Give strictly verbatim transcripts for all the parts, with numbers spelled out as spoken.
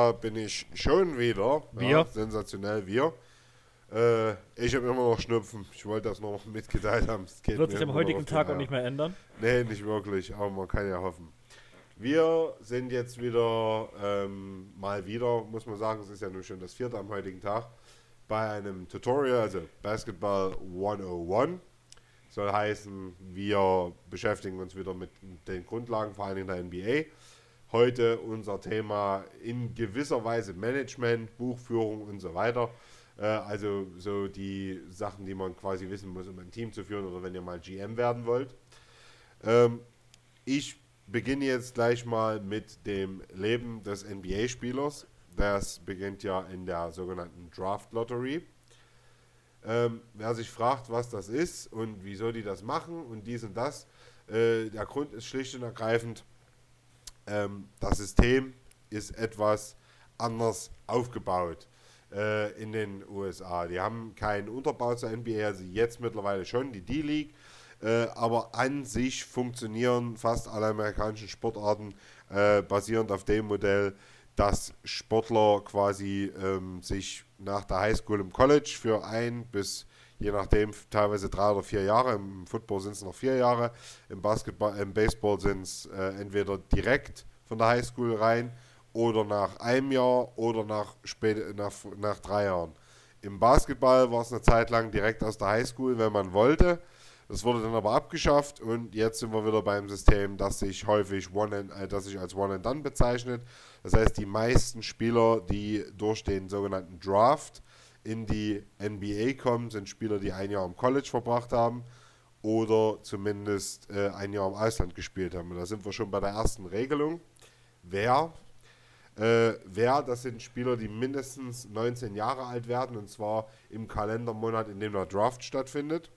da bin ich schon wieder. Wir? Ja, sensationell, wir. Äh, ich habe immer noch Schnupfen. Ich wollte das noch mitgeteilt haben. Es geht Wird mir sich am immer noch heutigen auf den Tag auch Eier. nicht mehr ändern. Nee, nicht wirklich, aber man kann ja hoffen. Wir sind jetzt wieder, ähm, mal wieder, muss man sagen, es ist ja nun schon das vierte am heutigen Tag, bei einem Tutorial, also Basketball hundertundeins. Soll heißen, wir beschäftigen uns wieder mit den Grundlagen, vor allem in der N B A. Heute unser Thema in gewisser Weise Management, Buchführung und so weiter. Äh, also so die Sachen, die man quasi wissen muss, um ein Team zu führen oder wenn ihr mal G M werden wollt. Ähm, ich beginne jetzt gleich mal mit dem Leben des N B A-Spielers. Das beginnt ja in der sogenannten Draft Lottery. Ähm, wer sich fragt, was das ist und wieso die das machen und dies und das, äh, der Grund ist schlicht und ergreifend, ähm, das System ist etwas anders aufgebaut äh, in den U S A. Die haben keinen Unterbau zur N B A, also jetzt mittlerweile schon die D-League, äh, aber an sich funktionieren fast alle amerikanischen Sportarten äh, basierend auf dem Modell, dass Sportler quasi ähm, sich nach der Highschool im College für ein bis, je nachdem, teilweise drei oder vier Jahre, im Football sind es noch vier Jahre, im Basketball, im Baseball sind es äh, entweder direkt von der Highschool rein oder nach einem Jahr oder nach, spät, nach, nach drei Jahren. Im Basketball war es eine Zeit lang direkt aus der Highschool, wenn man wollte. Das wurde dann aber abgeschafft und jetzt sind wir wieder beim System, das sich häufig one and, äh, das sich als One and Done bezeichnet. Das heißt, die meisten Spieler, die durch den sogenannten Draft in die N B A kommen, sind Spieler, die ein Jahr im College verbracht haben oder zumindest äh, ein Jahr im Ausland gespielt haben. Und da sind wir schon bei der ersten Regelung. Wer? Äh, wer, das sind Spieler, die mindestens neunzehn Jahre alt werden, und zwar im Kalendermonat, in dem der Draft stattfindet.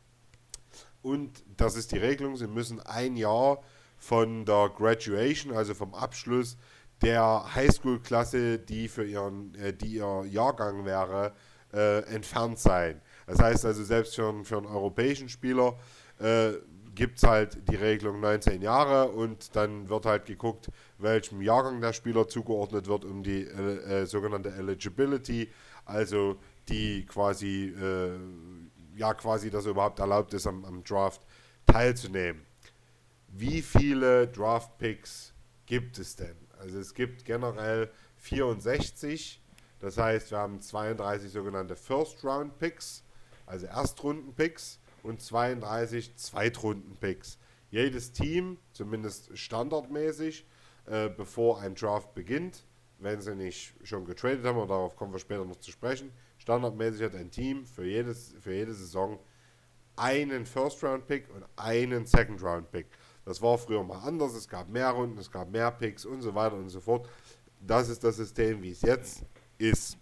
Und das ist die Regelung, sie müssen ein Jahr von der Graduation, also vom Abschluss der Highschool-Klasse, die für ihren, äh, die ihr Jahrgang wäre, äh, entfernt sein. Das heißt also, selbst für, einen- für einen europäischen Spieler äh, gibt es halt die Regelung neunzehn Jahre und dann wird halt geguckt, welchem Jahrgang der Spieler zugeordnet wird, um die äh, äh, sogenannte Eligibility, also die quasi äh, ja quasi, dass überhaupt erlaubt ist, am, am Draft teilzunehmen. Wie viele Draft-Picks gibt es denn? Also es gibt generell vierundsechzig, das heißt, wir haben zweiunddreißig sogenannte First-Round-Picks, also Erstrunden-Picks und zweiunddreißig Zweitrunden-Picks. Jedes Team, zumindest standardmäßig, äh, bevor ein Draft beginnt, wenn sie nicht schon getradet haben, oder darauf kommen wir später noch zu sprechen, standardmäßig hat ein Team für, jedes, für jede Saison einen First-Round-Pick und einen Second-Round-Pick. Das war früher mal anders, es gab mehr Runden, es gab mehr Picks und so weiter und so fort. Das ist das System, wie es jetzt ist.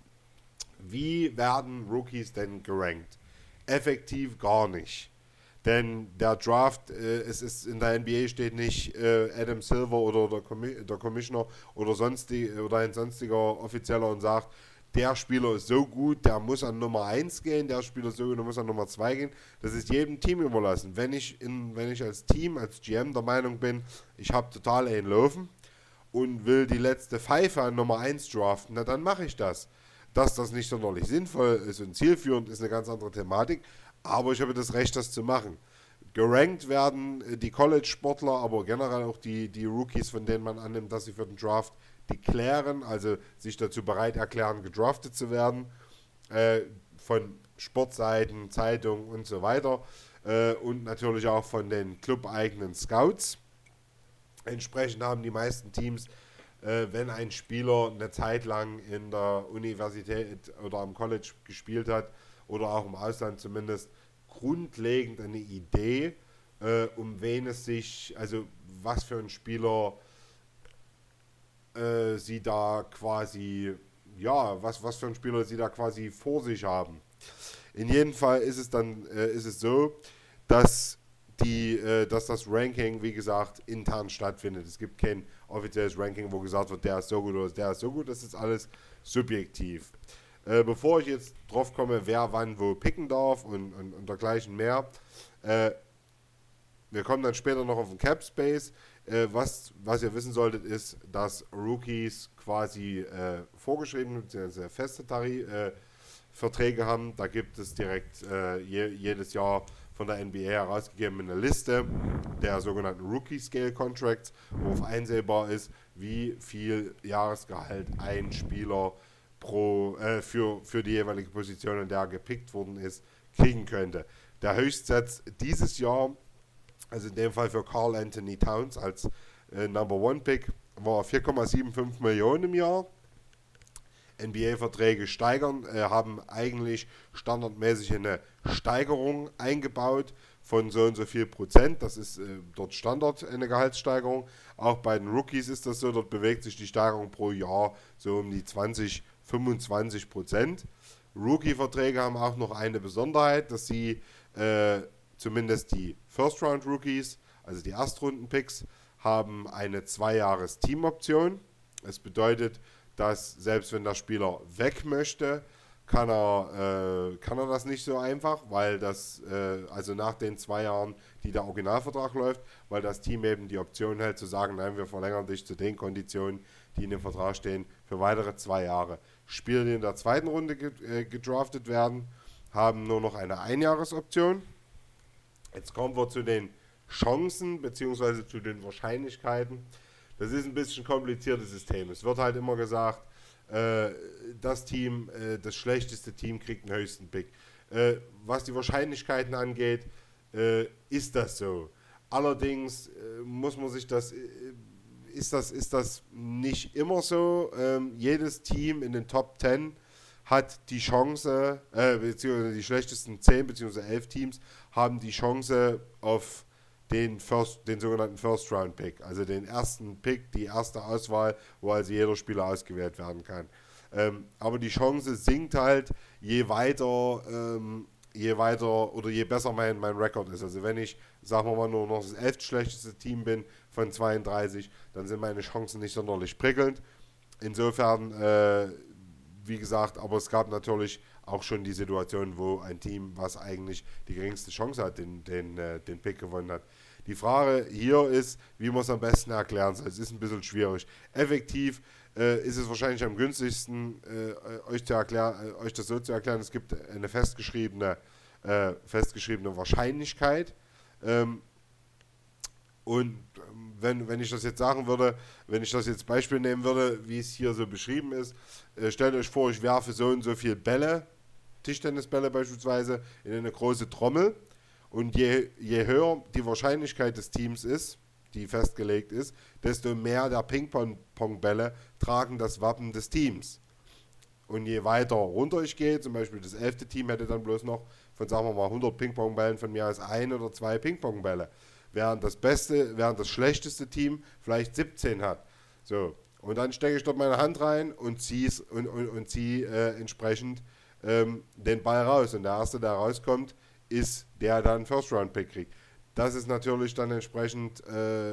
Wie werden Rookies denn gerankt? Effektiv gar nicht. Denn der Draft, äh, es ist in der N B A steht nicht äh, Adam Silver oder der, Commi- der Commissioner oder, sonstig, oder ein sonstiger Offizieller und sagt, der Spieler ist so gut, der muss an Nummer eins gehen, der Spieler ist so gut, der muss an Nummer zwei gehen. Das ist jedem Team überlassen. Wenn ich, in, wenn ich als Team, als G M der Meinung bin, ich habe total einen Laufen und will die letzte Pfeife an Nummer eins draften, na dann mache ich das. Dass das nicht sonderlich sinnvoll ist und zielführend, ist eine ganz andere Thematik, aber ich habe das Recht, das zu machen. Gerankt werden äh, die College-Sportler, aber generell auch die, die Rookies, von denen man annimmt, dass sie für den Draft deklären, also sich dazu bereit erklären, gedraftet zu werden, äh, von Sportseiten, Zeitungen und so weiter äh, und natürlich auch von den club-eigenen Scouts. Entsprechend haben die meisten Teams, äh, wenn ein Spieler eine Zeit lang in der Universität oder am College gespielt hat oder auch im Ausland zumindest, grundlegend eine Idee, äh, um wen es sich, also was für ein Spieler äh, sie da quasi, ja, was, was für ein Spieler sie da quasi vor sich haben. In jedem Fall ist es dann, äh, ist es so, dass die, äh, dass das Ranking, wie gesagt, intern stattfindet. Es gibt kein offizielles Ranking, wo gesagt wird, der ist so gut oder der ist so gut. Das ist alles subjektiv. Äh, bevor ich jetzt drauf komme, wer wann wo picken darf und, und, und dergleichen mehr, äh, wir kommen dann später noch auf den Cap Space. Äh, was, was ihr wissen solltet, ist, dass Rookies quasi äh, vorgeschrieben bzw. feste Tarif, äh, Verträge haben. Da gibt es direkt äh, je, jedes Jahr von der N B A herausgegeben eine Liste der sogenannten Rookie Scale Contracts, worauf einsehbar ist, wie viel Jahresgehalt ein Spieler pro, äh, für, für die jeweilige Position, in der er gepickt worden ist, kriegen könnte. Der Höchstsatz dieses Jahr, also in dem Fall für Karl Anthony Towns als äh, Number One Pick, war vier Komma fünfundsiebzig Millionen im Jahr. N B A-Verträge steigern, äh, haben eigentlich standardmäßig eine Steigerung eingebaut von so und so viel Prozent. Das ist äh, dort Standard, eine Gehaltssteigerung. Auch bei den Rookies ist das so, dort bewegt sich die Steigerung pro Jahr so um die zwanzig, fünfundzwanzig Prozent. Rookie-Verträge haben auch noch eine Besonderheit, dass sie äh, zumindest die First-Round-Rookies, also die Erstrunden-Picks, haben eine zwei-Jahres-Team-Option. Das bedeutet, dass selbst wenn der Spieler weg möchte, kann er, äh, kann er das nicht so einfach, weil das, äh, also nach den zwei Jahren, die der Originalvertrag läuft, weil das Team eben die Option hält zu sagen, nein, wir verlängern dich zu den Konditionen, die in dem Vertrag stehen, für weitere zwei Jahre. Spieler, die in der zweiten Runde ge- äh, gedraftet werden, haben nur noch eine Einjahresoption. Jetzt kommen wir zu den Chancen bzw. zu den Wahrscheinlichkeiten. Das ist ein bisschen ein kompliziertes System. Es wird halt immer gesagt, äh, das Team, äh, das schlechteste Team kriegt den höchsten Pick. Äh, was die Wahrscheinlichkeiten angeht, äh, ist das so. Allerdings äh, muss man sich das, äh, ist das, ist das nicht immer so. Ähm, jedes Team in den Top zehn hat die Chance, äh, beziehungsweise die schlechtesten zehn beziehungsweise elf Teams haben die Chance auf den, First, den sogenannten First-Round-Pick, also den ersten Pick, die erste Auswahl, wo also jeder Spieler ausgewählt werden kann. Ähm, aber die Chance sinkt halt, je weiter, ähm, je weiter oder je besser mein, mein Rekord ist. Also wenn ich, sagen wir mal, nur noch das elfte schlechteste Team bin von zweiunddreißig, dann sind meine Chancen nicht sonderlich prickelnd. Insofern, äh, wie gesagt, aber es gab natürlich auch schon die Situation, wo ein Team, was eigentlich die geringste Chance hat, den, den, äh, den Pick gewonnen hat. Die Frage hier ist, wie man es am besten erklären soll. Es ist ein bisschen schwierig. Effektiv äh, ist es wahrscheinlich am günstigsten, äh, euch, zu erklär, äh, euch das so zu erklären. Es gibt eine festgeschriebene, äh, festgeschriebene Wahrscheinlichkeit. Ähm, und wenn, wenn ich das jetzt sagen würde, wenn ich das jetzt Beispiel nehmen würde, wie es hier so beschrieben ist, äh, stellt euch vor, ich werfe so und so viel Bälle, Tischtennisbälle beispielsweise, in eine große Trommel. Und je, je höher die Wahrscheinlichkeit des Teams ist, die festgelegt ist, desto mehr der Ping-Pong-Bälle tragen das Wappen des Teams. Und je weiter runter ich gehe, zum Beispiel das elfte Team hätte dann bloß noch von, sagen wir mal, hundert Ping-Pong-Bällen von mir aus ein oder zwei Ping-Pong-Bälle. Während das beste, während das schlechteste Team vielleicht siebzehn hat. So. Und dann stecke ich dort meine Hand rein und ziehe und, und, und zieh, äh, entsprechend ähm, den Ball raus. Und der Erste, der rauskommt, ist der dann First-Round-Pick kriegt. Das ist natürlich dann entsprechend äh,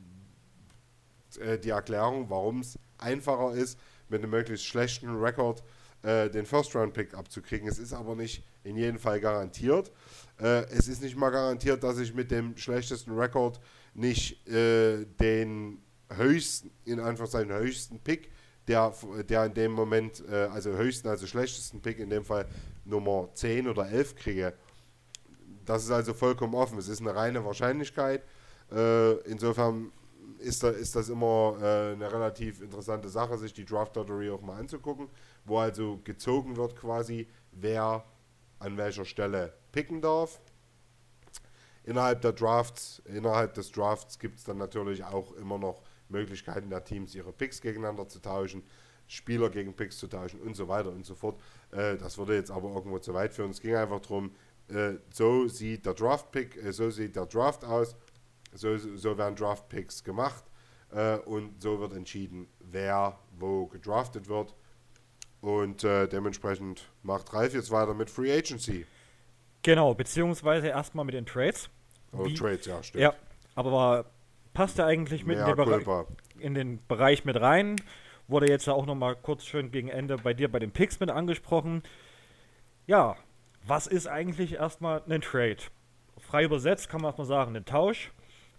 die Erklärung, warum es einfacher ist, mit einem möglichst schlechten Rekord äh, den First-Round-Pick abzukriegen. Es ist aber nicht in jedem Fall garantiert. Äh, es ist nicht mal garantiert, dass ich mit dem schlechtesten Rekord nicht äh, den höchsten, in Anführungszeichen höchsten Pick, der, der in dem Moment, äh, also höchsten, also schlechtesten Pick, in dem Fall Nummer zehn oder elf kriege. Das ist also vollkommen offen. Es ist eine reine Wahrscheinlichkeit. Äh, insofern ist, da, ist das immer äh, eine relativ interessante Sache, sich die Draft Lottery auch mal anzugucken, wo also gezogen wird quasi, wer an welcher Stelle picken darf. Innerhalb der Drafts, innerhalb des Drafts gibt es dann natürlich auch immer noch Möglichkeiten der Teams, ihre Picks gegeneinander zu tauschen, Spieler gegen Picks zu tauschen und so weiter und so fort. Äh, das würde jetzt aber irgendwo zu weit führen. Es ging einfach darum, äh, so sieht der Draft-Pick, äh, so sieht der Draft aus, so, so werden Draft-Picks gemacht äh, und so wird entschieden, wer wo gedraftet wird. Und äh, dementsprechend macht Ralf jetzt weiter mit Free Agency. Genau, beziehungsweise erstmal mit den Trades. Oh, Wie, Trades, ja, stimmt. Ja, aber passt ja eigentlich mit in den, Bere- in den Bereich mit rein. Wurde jetzt auch nochmal kurz schön gegen Ende bei dir bei den Picks mit angesprochen. Ja, was ist eigentlich erstmal ein Trade? Frei übersetzt kann man erstmal sagen, ein Tausch.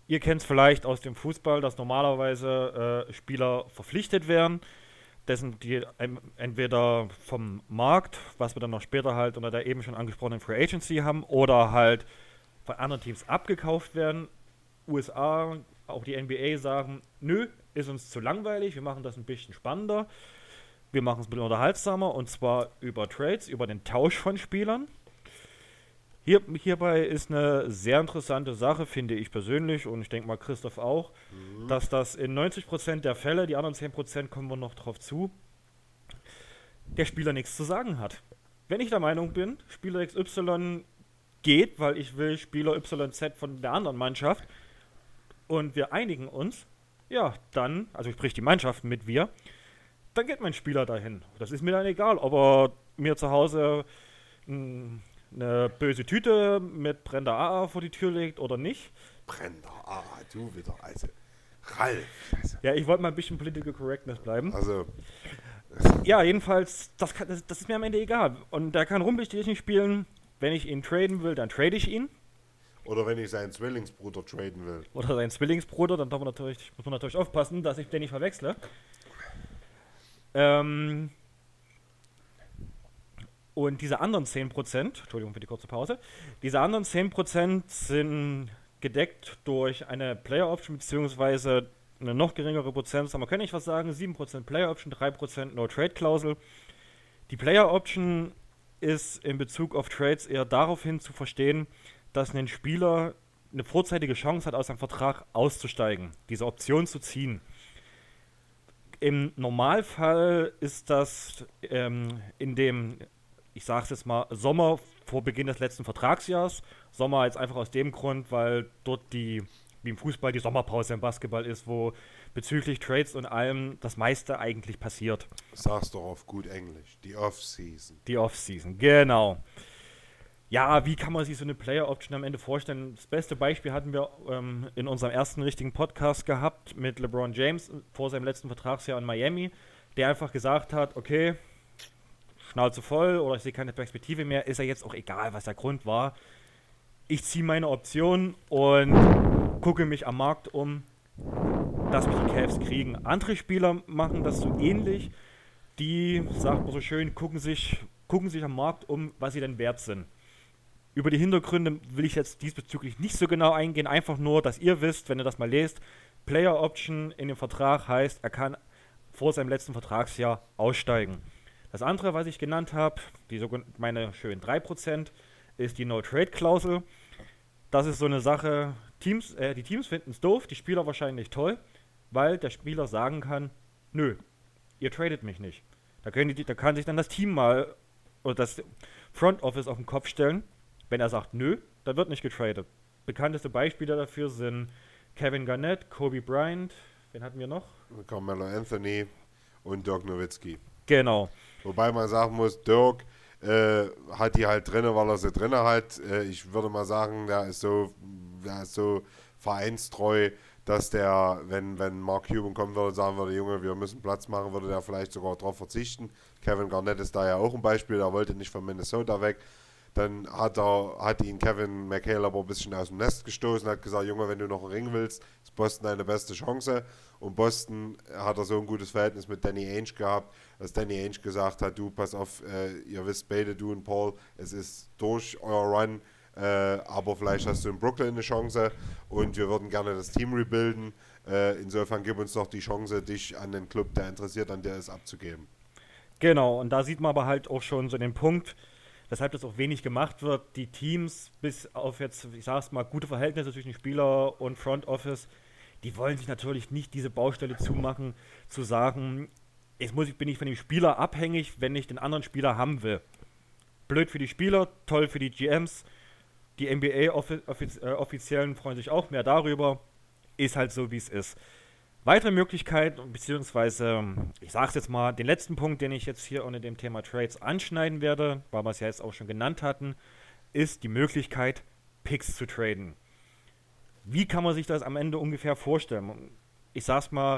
Ihr kennt es vielleicht aus dem Fußball, dass normalerweise äh, Spieler verpflichtet werden, dessen die ähm, entweder vom Markt, was wir dann noch später halt unter der eben schon angesprochenen Free Agency haben, oder halt von anderen Teams abgekauft werden. U S A, auch die N B A sagen, nö, ist uns zu langweilig, wir machen das ein bisschen spannender, wir machen es ein bisschen unterhaltsamer, und zwar über Trades, über den Tausch von Spielern. Hier, hierbei ist eine sehr interessante Sache, finde ich persönlich, und ich denke mal Christoph auch, mhm. dass das in neunzig Prozent der Fälle, die anderen zehn Prozent kommen wir noch drauf zu, der Spieler nichts zu sagen hat. Wenn ich der Meinung bin, Spieler X Y geht, weil ich will Spieler Y Z von der anderen Mannschaft, und wir einigen uns, ja, dann, also sprich die Mannschaften mit wir, dann geht mein Spieler dahin. Das ist mir dann egal, ob er mir zu Hause mh, eine böse Tüte mit Brenda A A vor die Tür legt oder nicht. Brenda A A, du wieder, also Ralf. Also. Ja, ich wollte mal ein bisschen Political Correctness bleiben. Also. Ja, jedenfalls, das, kann, das, das ist mir am Ende egal. Und der kann Rumblichdichen spielen. Wenn ich ihn traden will, dann trade ich ihn. Oder wenn ich seinen Zwillingsbruder traden will. Oder seinen Zwillingsbruder, dann darf man natürlich, muss man natürlich aufpassen, dass ich den nicht verwechsle. Ähm... Und diese anderen zehn Prozent, Entschuldigung für die kurze Pause, diese anderen zehn Prozent sind gedeckt durch eine Player Option beziehungsweise eine noch geringere Prozentzahl. Man kann nicht was sagen, sieben Prozent Player Option, drei Prozent No-Trade-Klausel. Die Player Option ist in Bezug auf Trades eher daraufhin zu verstehen, dass ein Spieler eine vorzeitige Chance hat, aus einem Vertrag auszusteigen, diese Option zu ziehen. Im Normalfall ist das ähm, in dem, ich sage es jetzt mal, Sommer vor Beginn des letzten Vertragsjahres. Sommer jetzt einfach aus dem Grund, weil dort die, wie im Fußball, die Sommerpause im Basketball ist, wo bezüglich Trades und allem das meiste eigentlich passiert. Sag's doch auf gut Englisch, die Off-Season. Die Off-Season, genau. Ja, wie kann man sich so eine Player-Option am Ende vorstellen? Das beste Beispiel hatten wir ähm, in unserem ersten richtigen Podcast gehabt mit LeBron James vor seinem letzten Vertragsjahr in Miami, der einfach gesagt hat, okay, Schnauze voll oder ich sehe keine Perspektive mehr, ist ja jetzt auch egal, was der Grund war. Ich ziehe meine Option und gucke mich am Markt um, dass mich die Cavs kriegen. Andere Spieler machen das so ähnlich. Die, sagt man so schön, gucken sich, gucken sich am Markt um, was sie denn wert sind. Über die Hintergründe will ich jetzt diesbezüglich nicht so genau eingehen, einfach nur, dass ihr wisst, wenn ihr das mal lest, Player Option in dem Vertrag heißt, er kann vor seinem letzten Vertragsjahr aussteigen. Das andere, was ich genannt habe, die sogenannte, meine schönen drei Prozent, ist die No-Trade-Klausel. Das ist so eine Sache, Teams, äh, die Teams finden es doof, die Spieler wahrscheinlich toll, weil der Spieler sagen kann, nö, ihr tradet mich nicht. Da, können die, da kann sich dann das Team mal oder das Front Office auf den Kopf stellen. Wenn er sagt, nö, dann wird nicht getradet. Bekannteste Beispiele dafür sind Kevin Garnett, Kobe Bryant, wen hatten wir noch? Carmelo Anthony und Dirk Nowitzki. Genau. Wobei man sagen muss, Dirk äh, hat die halt drinne, weil er sie drinne hat. Äh, ich würde mal sagen, der ist so, der ist so vereinstreu, dass der, wenn, wenn Mark Cuban kommen würde und sagen würde, Junge, wir müssen Platz machen, würde der vielleicht sogar darauf verzichten. Kevin Garnett ist da ja auch ein Beispiel, der wollte nicht von Minnesota weg. Dann hat er hat ihn Kevin McHale aber ein bisschen aus dem Nest gestoßen, hat gesagt, Junge, wenn du noch einen Ring willst, ist Boston deine beste Chance. Und Boston hat er so ein gutes Verhältnis mit Danny Ainge gehabt, dass Danny Ainge gesagt hat, du, pass auf, äh, ihr wisst beide, du und Paul, es ist durch euer Run, äh, aber vielleicht hast du in Brooklyn eine Chance und wir würden gerne das Team rebuilden. Äh, insofern gib uns doch die Chance, dich an den Club, der interessiert an dir ist, abzugeben. Genau, und da sieht man aber halt auch schon so den Punkt, weshalb das auch wenig gemacht wird. Die Teams, bis auf jetzt, ich sag's mal, gute Verhältnisse zwischen Spieler und Front Office, die wollen sich natürlich nicht diese Baustelle zumachen, zu sagen, jetzt muss ich, bin ich von dem Spieler abhängig, wenn ich den anderen Spieler haben will. Blöd für die Spieler, toll für die G Ms. Die N B A-Offiziellen freuen sich auch mehr darüber. Ist halt so, wie es ist. Weitere Möglichkeit, beziehungsweise, ich sage es jetzt mal, den letzten Punkt, den ich jetzt hier unter dem Thema Trades anschneiden werde, weil wir es ja jetzt auch schon genannt hatten, ist die Möglichkeit, Picks zu traden. Wie kann man sich das am Ende ungefähr vorstellen? Ich sage es mal,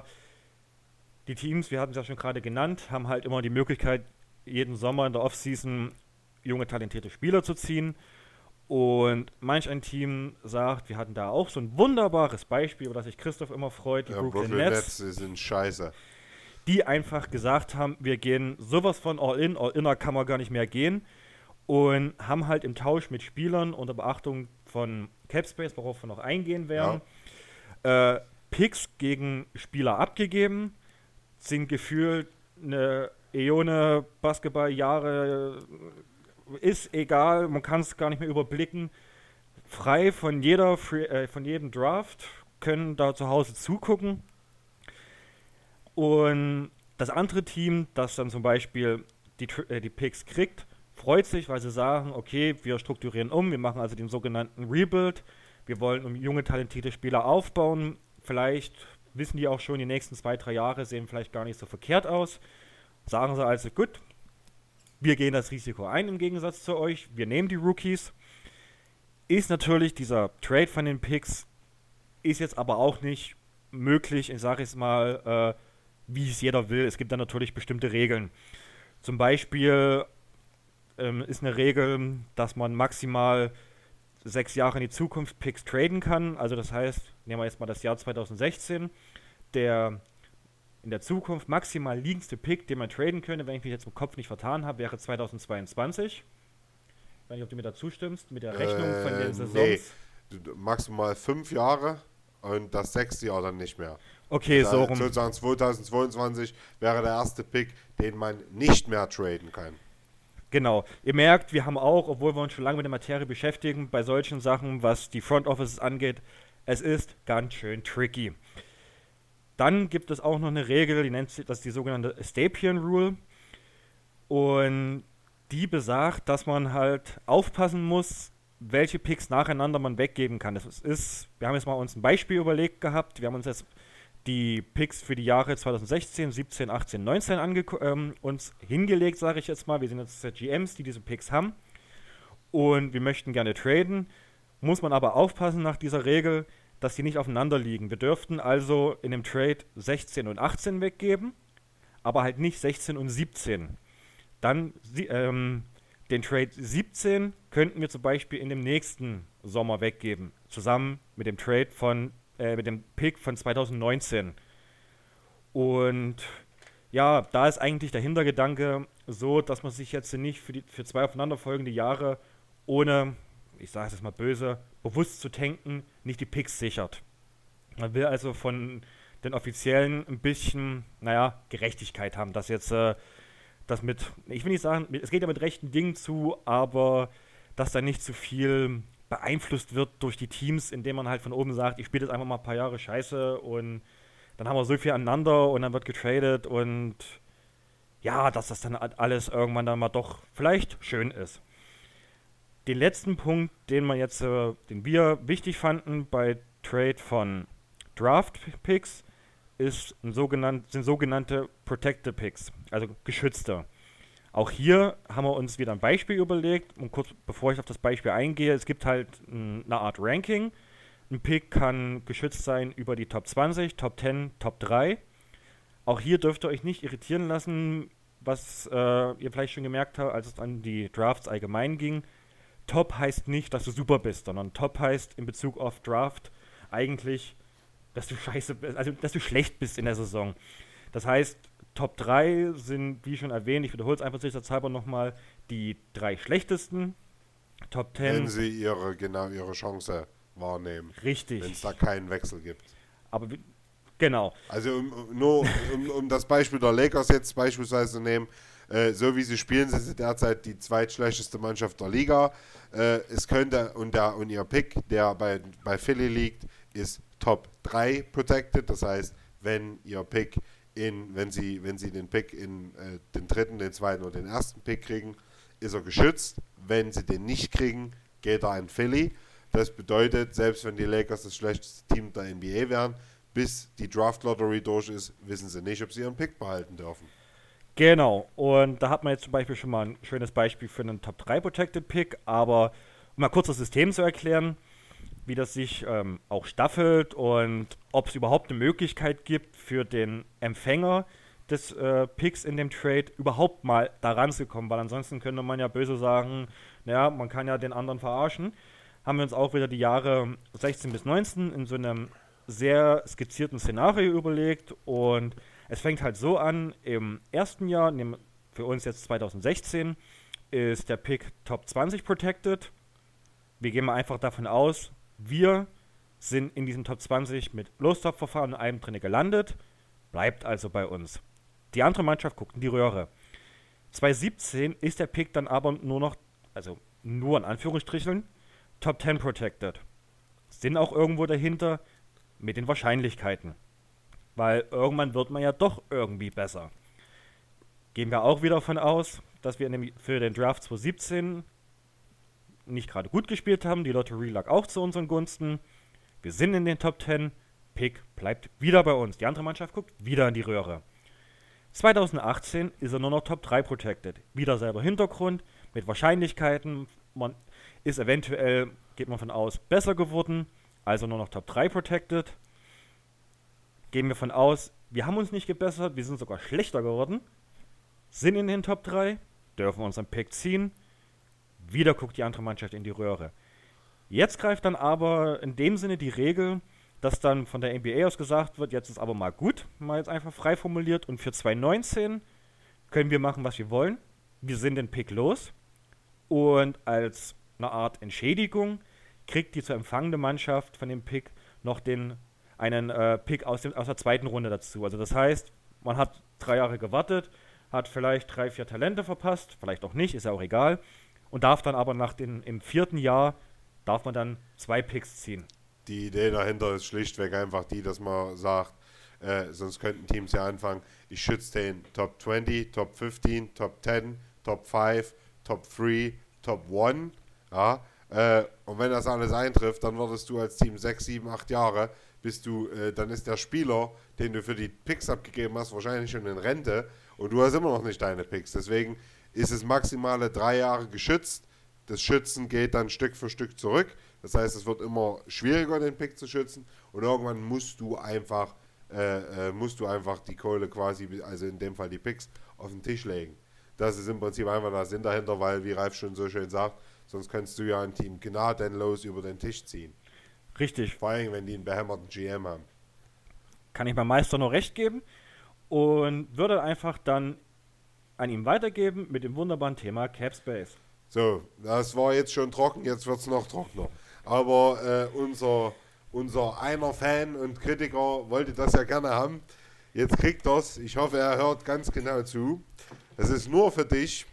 die Teams, wir hatten es ja schon gerade genannt, haben halt immer die Möglichkeit, jeden Sommer in der Offseason junge, talentierte Spieler zu ziehen. Und manch ein Team sagt, wir hatten da auch so ein wunderbares Beispiel, über das sich Christoph immer freut, die Ja, Brooklyn, Brooklyn Nets, Nets sind scheiße. die einfach gesagt haben, wir gehen sowas von All-In, All-Inner kann man gar nicht mehr gehen und haben halt im Tausch mit Spielern unter Beachtung von Capspace, worauf wir noch eingehen werden, ja. äh, Picks gegen Spieler abgegeben, sind gefühlt eine Äone Basketballjahre, ist egal, man kann es gar nicht mehr überblicken, frei von jeder Free, äh, von jedem Draft, können da zu Hause zugucken. Und das andere Team, das dann zum Beispiel die, äh, die Picks kriegt, freut sich, weil sie sagen, okay, wir strukturieren um, wir machen also den sogenannten Rebuild, wir wollen um junge, talentierte Spieler aufbauen, vielleicht wissen die auch schon, die nächsten zwei, drei Jahre sehen vielleicht gar nicht so verkehrt aus, sagen sie also, gut, wir gehen das Risiko ein im Gegensatz zu euch, wir nehmen die Rookies, ist natürlich dieser Trade von den Picks, ist jetzt aber auch nicht möglich, ich sage jetzt mal, äh, wie es jeder will. Es gibt dann natürlich bestimmte Regeln. Zum Beispiel ähm, ist eine Regel, dass man maximal sechs Jahre in die Zukunft Picks traden kann. Also das heißt, nehmen wir jetzt mal das Jahr zwanzig sechzehn, der in der Zukunft maximal liegendste Pick, den man traden könnte, wenn ich mich jetzt im Kopf nicht vertan habe, wäre zwanzig zweiundzwanzig. Ich weiß nicht, ob du mir da zustimmst, mit der Rechnung äh, von den Saisons. Nee, maximal fünf Jahre und das sechste Jahr dann nicht mehr. Okay, also so rum. Sozusagen zweitausendzweiundzwanzig wäre der erste Pick, den man nicht mehr traden kann. Genau. Ihr merkt, wir haben auch, obwohl wir uns schon lange mit der Materie beschäftigen, bei solchen Sachen, was die Front Offices angeht, es ist ganz schön tricky. Dann gibt es auch noch eine Regel, die nennt sich, das ist die sogenannte Stapien Rule. Und die besagt, dass man halt aufpassen muss, welche Picks nacheinander man weggeben kann. Das ist, wir haben jetzt mal uns ein Beispiel überlegt gehabt. Wir haben uns jetzt die Picks für die Jahre zwanzig sechzehn, siebzehn, achtzehn, neunzehn ange- ähm, uns hingelegt, sage ich jetzt mal. Wir sind jetzt G Ms, die diese Picks haben. Und wir möchten gerne traden. Muss man aber aufpassen nach dieser Regel, dass die nicht aufeinander liegen. Wir dürften also in dem Trade sechzehn und achtzehn weggeben, aber halt nicht sechzehn und siebzehn. Dann ähm, den Trade siebzehn könnten wir zum Beispiel in dem nächsten Sommer weggeben, zusammen mit dem Trade von, äh, mit dem Pick von zwanzig neunzehn. Und ja, da ist eigentlich der Hintergedanke so, dass man sich jetzt nicht für, die, für zwei aufeinanderfolgende Jahre ohne, ich sage es jetzt mal böse, bewusst zu tanken, nicht die Picks sichert. Man will also von den Offiziellen ein bisschen, naja, Gerechtigkeit haben, dass jetzt äh, das mit, ich will nicht sagen, es geht ja mit rechten Dingen zu, aber dass da nicht zu viel beeinflusst wird durch die Teams, indem man halt von oben sagt, ich spiele jetzt einfach mal ein paar Jahre Scheiße und dann haben wir so viel aneinander und dann wird getradet und ja, dass das dann alles irgendwann dann mal doch vielleicht schön ist. Den letzten Punkt, den wir jetzt, äh, den wir wichtig fanden bei Trade von Draft-Picks, ist ein sogenannt, sind sogenannte Protected Picks, also geschützte. Auch hier haben wir uns wieder ein Beispiel überlegt und kurz bevor ich auf das Beispiel eingehe, es gibt halt m, eine Art Ranking. Ein Pick kann geschützt sein über die Top zwanzig, Top zehn, Top drei. Auch hier dürft ihr euch nicht irritieren lassen, was äh, ihr vielleicht schon gemerkt habt, als es an die Drafts allgemein ging. Top heißt nicht, dass du super bist, sondern Top heißt in Bezug auf Draft eigentlich, dass du scheiße bist, also dass du schlecht bist in der Saison. Das heißt, Top drei sind, wie schon erwähnt, ich wiederhole es einfach sicherheitshalber nochmal, die drei schlechtesten. Top zehn. Wenn sie ihre, genau ihre Chance wahrnehmen. Richtig. Wenn es da keinen Wechsel gibt. Aber genau. Also um, nur um, um das Beispiel der Lakers jetzt beispielsweise zu nehmen, äh, so wie sie spielen, sind sie derzeit die zweitschlechteste Mannschaft der Liga. Äh, es könnte, und, der, und ihr Pick, der bei, bei Philly liegt, ist Top drei protected. Das heißt, wenn ihr Pick in, wenn sie, wenn sie den Pick in äh, den dritten, den zweiten oder den ersten Pick kriegen, ist er geschützt. Wenn sie den nicht kriegen, geht er an Philly. Das bedeutet, selbst wenn die Lakers das schlechteste Team der N B A wären, bis die Draft Lottery durch ist, wissen sie nicht, ob sie ihren Pick behalten dürfen. Genau, und da hat man jetzt zum Beispiel schon mal ein schönes Beispiel für einen Top drei Protected Pick, aber um mal kurz das System zu erklären, wie das sich ähm, auch staffelt und ob es überhaupt eine Möglichkeit gibt für den Empfänger, des äh, Picks in dem Trade überhaupt mal da ranzukommen, weil ansonsten könnte man ja böse sagen, naja, man kann ja den anderen verarschen. Haben wir uns auch wieder die Jahre sechzehn bis neunzehn in so einem sehr skizzierten Szenario überlegt und es fängt halt so an, im ersten Jahr, für uns jetzt zwanzig sechzehn, ist der Pick Top zwanzig protected. Wir gehen mal einfach davon aus, wir sind in diesem Top zwanzig mit Lostop-Verfahren und allem drin gelandet, bleibt also bei uns. Die andere Mannschaft guckt in die Röhre. zwanzig siebzehn ist der Pick dann aber nur noch, also nur in Anführungsstrichen, Top zehn protected. Sind auch irgendwo dahinter mit den Wahrscheinlichkeiten. Weil irgendwann wird man ja doch irgendwie besser. Gehen wir auch wieder davon aus, dass wir nämlich für den Draft zwanzig siebzehn nicht gerade gut gespielt haben. Die Lotterie lag auch zu unseren Gunsten. Wir sind in den Top zehn. Pick bleibt wieder bei uns. Die andere Mannschaft guckt wieder in die Röhre. zwanzig achtzehn ist er nur noch Top drei protected. Wieder selber Hintergrund mit Wahrscheinlichkeiten. Man ist eventuell, geht man von aus, besser geworden. Also nur noch Top drei protected. Gehen wir von aus, wir haben uns nicht gebessert, wir sind sogar schlechter geworden. Sind in den Top drei, dürfen unseren Pick ziehen. Wieder guckt die andere Mannschaft in die Röhre. Jetzt greift dann aber in dem Sinne die Regel, dass dann von der N B A aus gesagt wird, jetzt ist aber mal gut, mal jetzt einfach frei formuliert und für zwanzig neunzehn können wir machen, was wir wollen. Wir sind den Pick los und als eine Art Entschädigung kriegt die zu empfangende Mannschaft von dem Pick noch den, einen äh, Pick aus, dem, aus der zweiten Runde dazu. Also das heißt, man hat drei Jahre gewartet, hat vielleicht drei, vier Talente verpasst, vielleicht auch nicht, ist ja auch egal, und darf dann aber nach den, im vierten Jahr, darf man dann zwei Picks ziehen. Die Idee dahinter ist schlichtweg einfach die, dass man sagt, äh, sonst könnten Teams ja anfangen, ich schütze den Top zwanzig, Top fünfzehn, Top zehn, Top fünf, Top drei, Top eins, ja, äh, und wenn das alles eintrifft, dann würdest du als Team sechs, sieben, acht Jahre, bist du, äh, dann ist der Spieler, den du für die Picks abgegeben hast, wahrscheinlich schon in Rente und du hast immer noch nicht deine Picks. Deswegen ist es maximale drei Jahre geschützt. Das Schützen geht dann Stück für Stück zurück. Das heißt, es wird immer schwieriger, den Pick zu schützen und irgendwann musst du einfach, äh, äh, musst du einfach die Kohle quasi, also in dem Fall die Picks, auf den Tisch legen. Das ist im Prinzip einfach der Sinn dahinter, weil, wie Ralf schon so schön sagt, sonst kannst du ja ein Team gnadenlos über den Tisch ziehen. Richtig. Vor allem, wenn die einen behämmerten G M haben. Kann ich meinem Meister noch recht geben und würde einfach dann an ihm weitergeben mit dem wunderbaren Thema Cap Space. So, das war jetzt schon trocken, jetzt wird es noch trockener. Aber äh, unser, unser einer Fan und Kritiker wollte das ja gerne haben. Jetzt kriegt das. Ich hoffe, er hört ganz genau zu. Das ist nur für dich.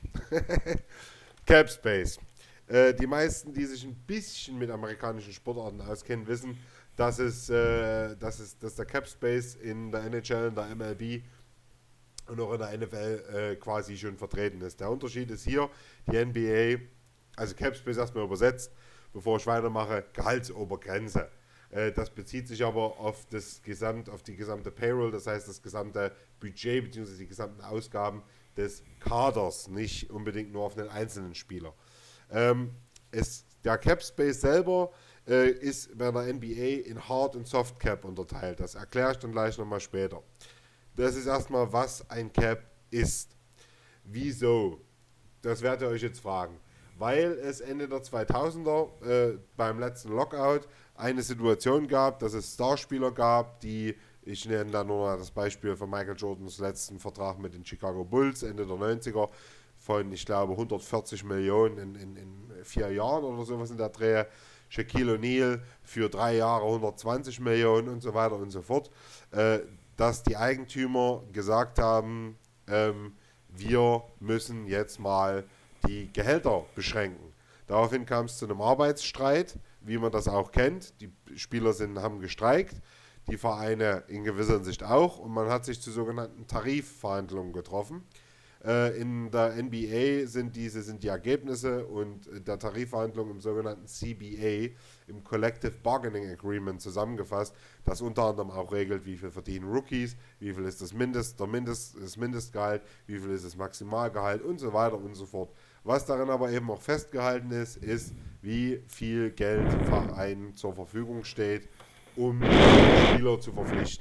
Cap Space. Äh, die meisten, die sich ein bisschen mit amerikanischen Sportarten auskennen, wissen, dass, es, äh, dass, es, dass der Cap Space in der N H L, in der M L B und auch in der N F L äh, quasi schon vertreten ist. Der Unterschied ist hier, die N B A, also Cap Space erstmal übersetzt, bevor ich weitermache, Gehaltsobergrenze. Äh, das bezieht sich aber auf, das Gesamt, auf die gesamte Payroll, das heißt das gesamte Budget bzw. die gesamten Ausgaben des Kaders, nicht unbedingt nur auf einen einzelnen Spieler. Ähm, es, der Cap Space selber äh, ist bei der N B A in Hard und Soft Cap unterteilt. Das erkläre ich dann gleich nochmal später. Das ist erstmal, was ein Cap ist. Wieso? Das werdet ihr euch jetzt fragen. Weil es Ende der zweitausender äh, beim letzten Lockout eine Situation gab, dass es Starspieler gab, die, ich nenne da nur mal das Beispiel von Michael Jordans letzten Vertrag mit den Chicago Bulls Ende der neunziger von, ich glaube, hundertvierzig Millionen in, in, in vier Jahren oder sowas in der Dreh. Shaquille O'Neal für drei Jahre hundertzwanzig Millionen und so weiter und so fort. Äh, dass die Eigentümer gesagt haben, ähm, wir müssen jetzt mal die Gehälter beschränken. Daraufhin kam es zu einem Arbeitsstreit, wie man das auch kennt. Die Spieler sind, haben gestreikt, die Vereine in gewisser Hinsicht auch und man hat sich zu sogenannten Tarifverhandlungen getroffen. Äh, in der N B A sind diese sind die Ergebnisse und der Tarifverhandlung im sogenannten C B A, im Collective Bargaining Agreement zusammengefasst, das unter anderem auch regelt, wie viel verdienen Rookies, wie viel ist das, Mindest, der Mindest, das Mindestgehalt, wie viel ist das Maximalgehalt und so weiter und so fort. Was darin aber eben auch festgehalten ist, ist, wie viel Geld Vereinen zur Verfügung steht, um Spieler zu verpflichten.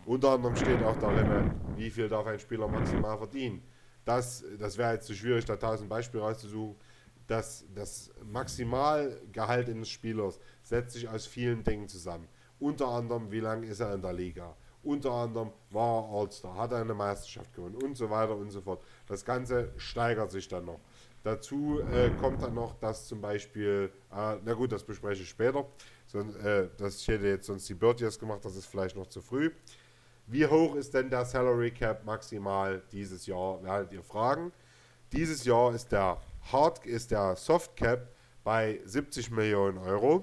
Unter anderem steht auch darin, wie viel darf ein Spieler maximal verdienen. Das, das wäre jetzt zu schwierig, da tausend Beispiele rauszusuchen. Das, das Maximalgehalt eines Spielers setzt sich aus vielen Dingen zusammen. Unter anderem, wie lange ist er in der Liga? Unter anderem war er All-Star, hat er eine Meisterschaft gewonnen und so weiter und so fort. Das Ganze steigert sich dann noch. Dazu äh, kommt dann noch, dass zum Beispiel, äh, na gut, das bespreche ich später, so, äh, das hätte jetzt sonst die Birdies gemacht, das ist vielleicht noch zu früh. Wie hoch ist denn der Salary Cap maximal dieses Jahr, werdet ihr fragen. Dieses Jahr ist der Hard, ist der Soft Cap bei siebzig Millionen Euro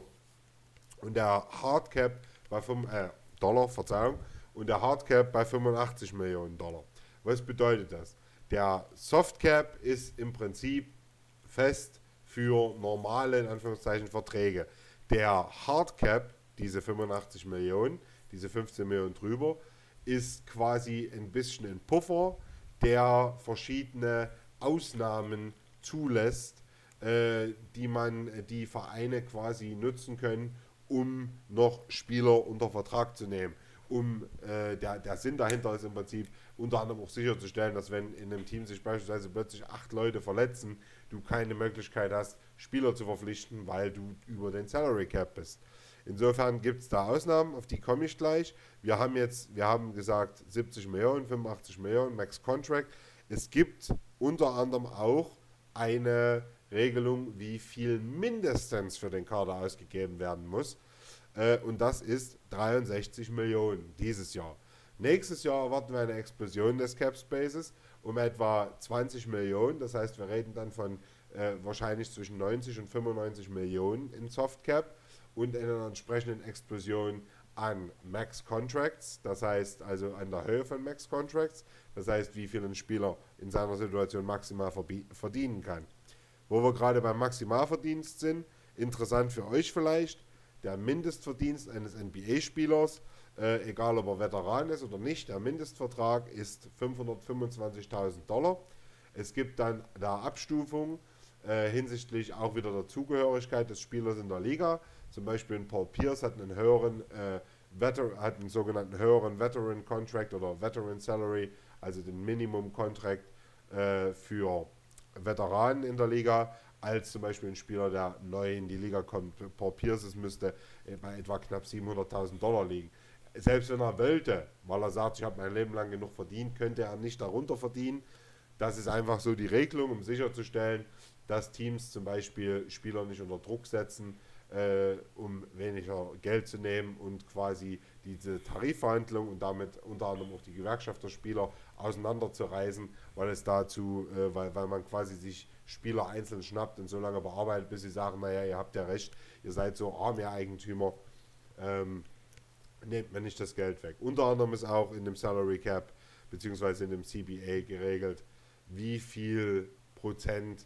und der Hard Cap bei fünf, äh, Dollar, Verzeihung, und der Hard Cap bei fünfundachtzig Millionen Dollar. Was bedeutet das? Der Soft Cap ist im Prinzip fest für normale, in Anführungszeichen, Verträge. Der Hard Cap, diese fünfundachtzig Millionen, diese fünfzehn Millionen drüber, ist quasi ein bisschen ein Puffer, der verschiedene Ausnahmen zulässt, äh, die man, die Vereine quasi nutzen können, um noch Spieler unter Vertrag zu nehmen. Um, äh, der, der Sinn dahinter ist im Prinzip unter anderem auch sicherzustellen, dass wenn in einem Team sich beispielsweise plötzlich acht Leute verletzen, du keine Möglichkeit hast, Spieler zu verpflichten, weil du über den Salary Cap bist. Insofern gibt es da Ausnahmen, auf die komme ich gleich. Wir haben jetzt, wir haben gesagt siebzig Millionen, fünfundachtzig Millionen, Max Contract. Es gibt unter anderem auch eine Regelung, wie viel mindestens für den Kader ausgegeben werden muss. Äh, und das ist dreiundsechzig Millionen dieses Jahr. Nächstes Jahr erwarten wir eine Explosion des Cap Spaces um etwa zwanzig Millionen. Das heißt, wir reden dann von äh, wahrscheinlich zwischen neunzig und fünfundneunzig Millionen in Soft Cap und einer entsprechenden Explosion an Max Contracts, das heißt also an der Höhe von Max Contracts, das heißt, wie viel ein Spieler in seiner Situation maximal verdienen kann. Wo wir gerade beim Maximalverdienst sind, interessant für euch vielleicht, der Mindestverdienst eines N B A-Spielers, äh, egal ob er Veteran ist oder nicht, der Mindestvertrag ist fünfhundertfünfundzwanzigtausend Dollar. Es gibt dann da Abstufungen äh, hinsichtlich auch wieder der Zugehörigkeit des Spielers in der Liga. Zum Beispiel ein Paul Pierce hat einen höheren, äh, Veter- hat einen sogenannten höheren Veteran Contract oder Veteran Salary, also den Minimum Contract äh, für Veteranen in der Liga, als zum Beispiel ein Spieler, der neu in die Liga kommt. Paul Pierce müsste bei etwa knapp siebenhunderttausend Dollar liegen. Selbst wenn er wollte, weil er sagt, ich habe mein Leben lang genug verdient, könnte er nicht darunter verdienen. Das ist einfach so die Regelung, um sicherzustellen, dass Teams zum Beispiel Spieler nicht unter Druck setzen, äh, um weniger Geld zu nehmen und quasi diese Tarifverhandlung und damit unter anderem auch die Gewerkschaft der Spieler auseinanderzureißen, weil es dazu, äh, weil, weil man quasi sich Spieler einzeln schnappt und so lange bearbeitet, bis sie sagen, naja, ihr habt ja recht, ihr seid so arm, ihr Eigentümer, ähm, nehmt mir nicht das Geld weg. Unter anderem ist auch in dem Salary Cap beziehungsweise in dem C B A geregelt, wie viel Prozent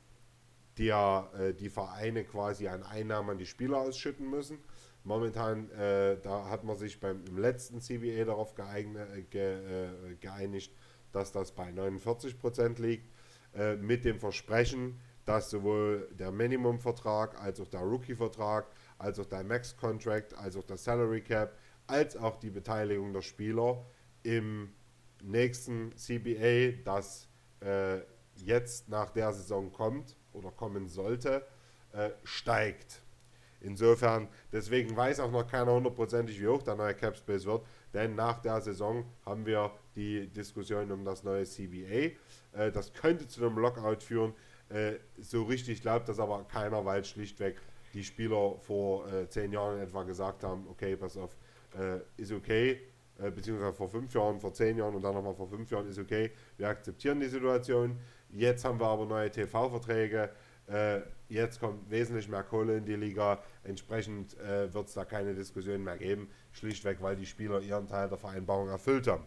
der, äh, die Vereine quasi an Einnahmen an die Spieler ausschütten müssen. Momentan, äh, da hat man sich beim im letzten C B A darauf geeignet, äh, ge, äh, geeinigt, dass das bei neunundvierzig Prozent liegt, äh, mit dem Versprechen, dass sowohl der Minimum-Vertrag als auch der Rookie-Vertrag, als auch der Max-Contract, als auch der Salary Cap, als auch die Beteiligung der Spieler im nächsten C B A, das äh, jetzt nach der Saison kommt oder kommen sollte, äh, steigt. Insofern, deswegen weiß auch noch keiner hundertprozentig, wie hoch der neue Cap Space wird, denn nach der Saison haben wir die Diskussion um das neue C B A. Äh, das könnte zu einem Lockout führen. Äh, so richtig glaubt das aber keiner, weil schlichtweg die Spieler vor äh, zehn Jahren etwa gesagt haben, okay, pass auf, äh, ist okay, äh, beziehungsweise vor fünf Jahren, vor zehn Jahren und dann nochmal vor fünf Jahren ist okay, wir akzeptieren die Situation. Jetzt haben wir aber neue T V-Verträge, äh, jetzt kommt wesentlich mehr Kohle in die Liga, entsprechend äh, wird es da keine Diskussion mehr geben, schlichtweg, weil die Spieler ihren Teil der Vereinbarung erfüllt haben.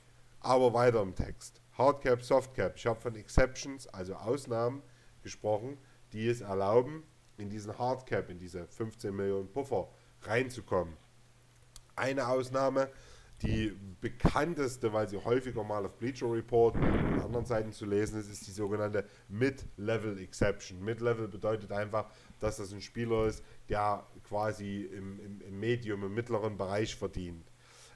Aber weiter im Text. Hardcap, Softcap. Ich habe von Exceptions, also Ausnahmen, gesprochen, die es erlauben, in diesen Hardcap, in diese fünfzehn Millionen Puffer reinzukommen. Eine Ausnahme, die bekannteste, weil sie häufiger mal auf Bleacher Report und anderen Seiten zu lesen ist, ist die sogenannte Mid-Level Exception. Mid-Level bedeutet einfach, dass das ein Spieler ist, der quasi im, im, im Medium, im mittleren Bereich verdient.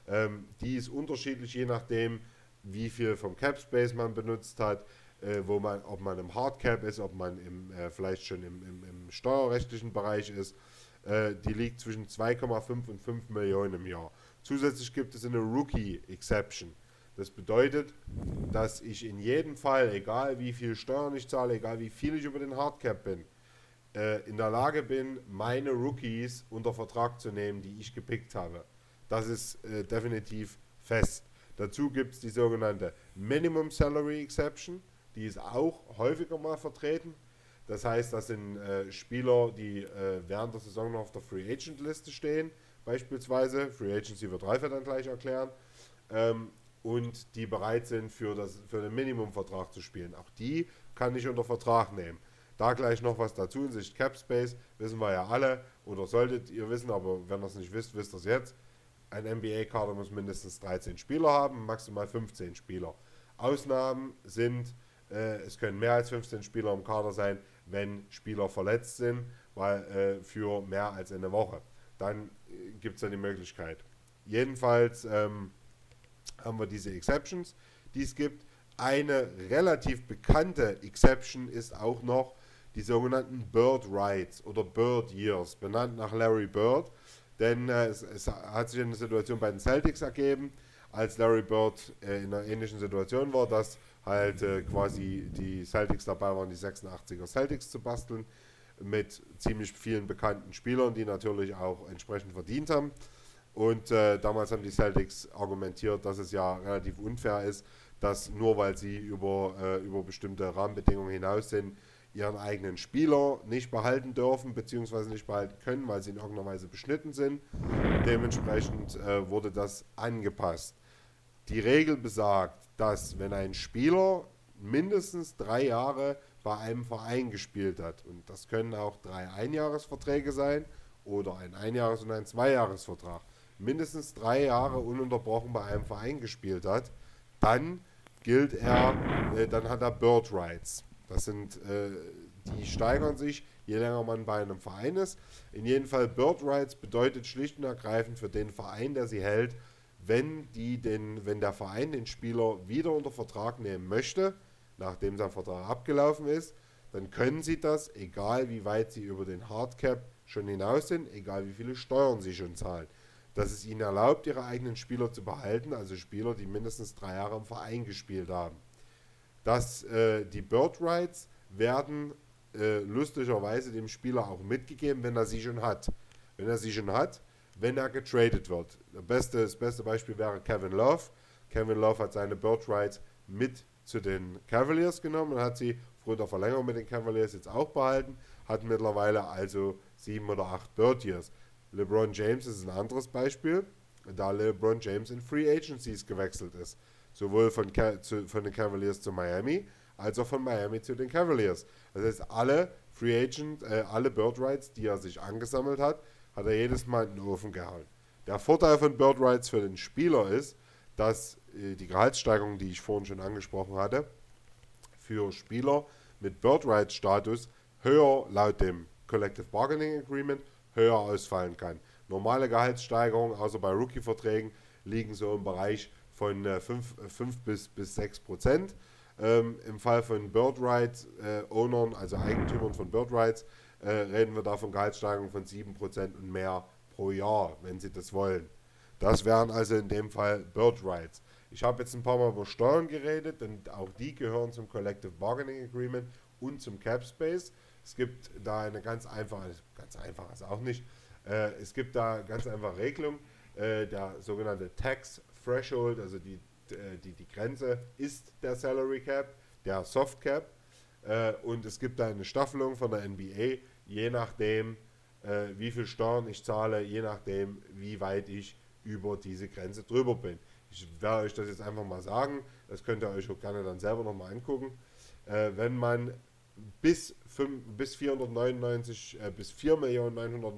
Ähm, die ist unterschiedlich, je nachdem, wie viel vom Cap Space man benutzt hat, äh, wo man, ob man im Hardcap ist, ob man im, äh, vielleicht schon im, im, im steuerrechtlichen Bereich ist. Äh, die liegt zwischen zwei Komma fünf und fünf Millionen im Jahr. Zusätzlich gibt es eine Rookie Exception. Das bedeutet, dass ich in jedem Fall, egal wie viel Steuern ich zahle, egal wie viel ich über den Hardcap bin, äh, in der Lage bin, meine Rookies unter Vertrag zu nehmen, die ich gepickt habe. Das ist äh, definitiv fest. Dazu gibt es die sogenannte Minimum Salary Exception, die ist auch häufiger mal vertreten. Das heißt, das sind äh, Spieler, die äh, während der Saison noch auf der Free Agent Liste stehen, beispielsweise. Free Agency wird Ralf dann gleich erklären. Ähm, und die bereit sind, für, das, für den Minimumvertrag zu spielen. Auch die kann ich unter Vertrag nehmen. Da gleich noch was dazu in Sicht Cap Space, wissen wir ja alle, oder solltet ihr wissen, aber wenn ihr es nicht wisst, wisst ihr es jetzt. Ein N B A-Kader muss mindestens dreizehn Spieler haben, maximal fünfzehn Spieler. Ausnahmen sind, äh, es können mehr als fünfzehn Spieler im Kader sein, wenn Spieler verletzt sind, weil äh, für mehr als eine Woche. Dann äh, gibt es ja die Möglichkeit. Jedenfalls ähm, haben wir diese Exceptions, die es gibt. Eine relativ bekannte Exception ist auch noch die sogenannten Bird Rights oder Bird Years, benannt nach Larry Bird. Denn äh, es, es hat sich eine Situation bei den Celtics ergeben, als Larry Bird äh, in einer ähnlichen Situation war, dass halt äh, quasi die Celtics dabei waren, die sechsundachtziger Celtics zu basteln, mit ziemlich vielen bekannten Spielern, die natürlich auch entsprechend verdient haben. Und äh, damals haben die Celtics argumentiert, dass es ja relativ unfair ist, dass nur weil sie über, äh, über bestimmte Rahmenbedingungen hinaus sind, ihren eigenen Spieler nicht behalten dürfen, beziehungsweise nicht behalten können, weil sie in irgendeiner Weise beschnitten sind. Dementsprechend äh, wurde das angepasst. Die Regel besagt, dass wenn ein Spieler mindestens drei Jahre bei einem Verein gespielt hat, und das können auch drei Einjahresverträge sein oder ein Einjahres- und ein Zweijahresvertrag, mindestens drei Jahre ununterbrochen bei einem Verein gespielt hat, dann gilt er, äh, dann hat er Bird Rights. Das sind, äh, die steigern sich, je länger man bei einem Verein ist. In jedem Fall Bird Rights bedeutet schlicht und ergreifend für den Verein, der sie hält, wenn, die den, wenn der Verein den Spieler wieder unter Vertrag nehmen möchte, nachdem sein Vertrag abgelaufen ist, dann können sie das, egal wie weit sie über den Hardcap schon hinaus sind, egal wie viele Steuern sie schon zahlen. Dass es ihnen erlaubt, ihre eigenen Spieler zu behalten, also Spieler, die mindestens drei Jahre im Verein gespielt haben. Dass äh, die Bird Rights werden äh, lustigerweise dem Spieler auch mitgegeben, wenn er sie schon hat. Wenn er sie schon hat, wenn er getradet wird. Das beste, das beste Beispiel wäre Kevin Love. Kevin Love hat seine Bird Rights mit zu den Cavaliers genommen und hat sie aufgrund der Verlängerung mit den Cavaliers jetzt auch behalten, hat mittlerweile also sieben oder acht Bird Years. LeBron James ist ein anderes Beispiel, da LeBron James in Free Agencies gewechselt ist. Sowohl von, Ca- zu, von den Cavaliers zu Miami, als auch von Miami zu den Cavaliers. Das heißt, alle Free Agent, äh, alle Bird Rights, die er sich angesammelt hat, hat er jedes Mal in den Ofen gehauen. Der Vorteil von Bird Rights für den Spieler ist, dass äh, die Gehaltssteigerung, die ich vorhin schon angesprochen hatte, für Spieler mit Bird Rights Status höher laut dem Collective Bargaining Agreement höher ausfallen kann. Normale Gehaltssteigerungen, außer bei Rookie-Verträgen, liegen so im Bereich von äh, fünf bis sechs Prozent. Ähm, Im Fall von Bird Rights äh, Ownern, also Eigentümern von Bird Rights, äh, reden wir da von Gehaltssteigerungen von sieben Prozent und mehr pro Jahr, wenn sie das wollen. Das wären also in dem Fall Bird Rights. Ich habe jetzt ein paar Mal über Steuern geredet, denn auch die gehören zum Collective Bargaining Agreement und zum Cap Space. Es gibt da eine ganz einfache, ganz einfach ist auch nicht, äh, es gibt da ganz einfache Regelung, äh, der sogenannte Tax Threshold, also die, die, die Grenze ist der Salary Cap, der Soft Cap, äh, und es gibt da eine Staffelung von der N B A, je nachdem, äh, wie viel Steuern ich zahle, je nachdem, wie weit ich über diese Grenze drüber bin. Ich werde euch das jetzt einfach mal sagen, das könnt ihr euch auch gerne dann selber nochmal angucken. Äh, wenn man bis, bis vierhundertneunundneunzig, äh, bis vier Millionen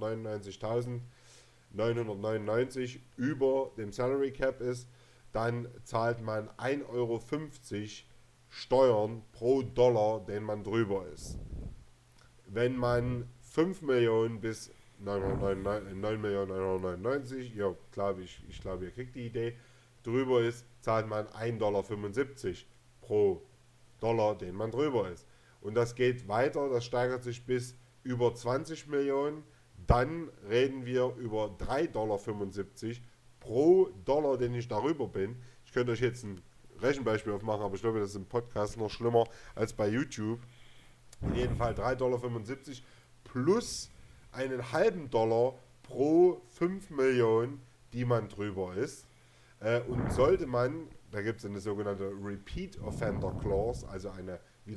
neunhundertneunundneunzigtausendneunhundertneunundneunzig über dem Salary Cap ist, dann zahlt man ein Euro fünfzig Steuern pro Dollar, den man drüber ist. Wenn man fünf Millionen bis neun Millionen neunhundertneunundneunzig, ja, glaube ich, ich glaube, ihr kriegt die Idee, drüber ist, zahlt man ein Komma fünfundsiebzig Dollar pro Dollar, den man drüber ist. Und das geht weiter, das steigert sich bis über zwanzig Millionen, dann reden wir über drei Komma fünfundsiebzig Dollar pro Dollar, den ich darüber bin. Ich könnte euch jetzt ein Rechenbeispiel aufmachen, aber ich glaube, das ist im Podcast noch schlimmer als bei YouTube. In jedem Fall drei Komma fünfundsiebzig Dollar plus einen halben Dollar pro fünf Millionen, die man drüber ist. Äh, und sollte man, da gibt es eine sogenannte Repeat Offender Clause, also eine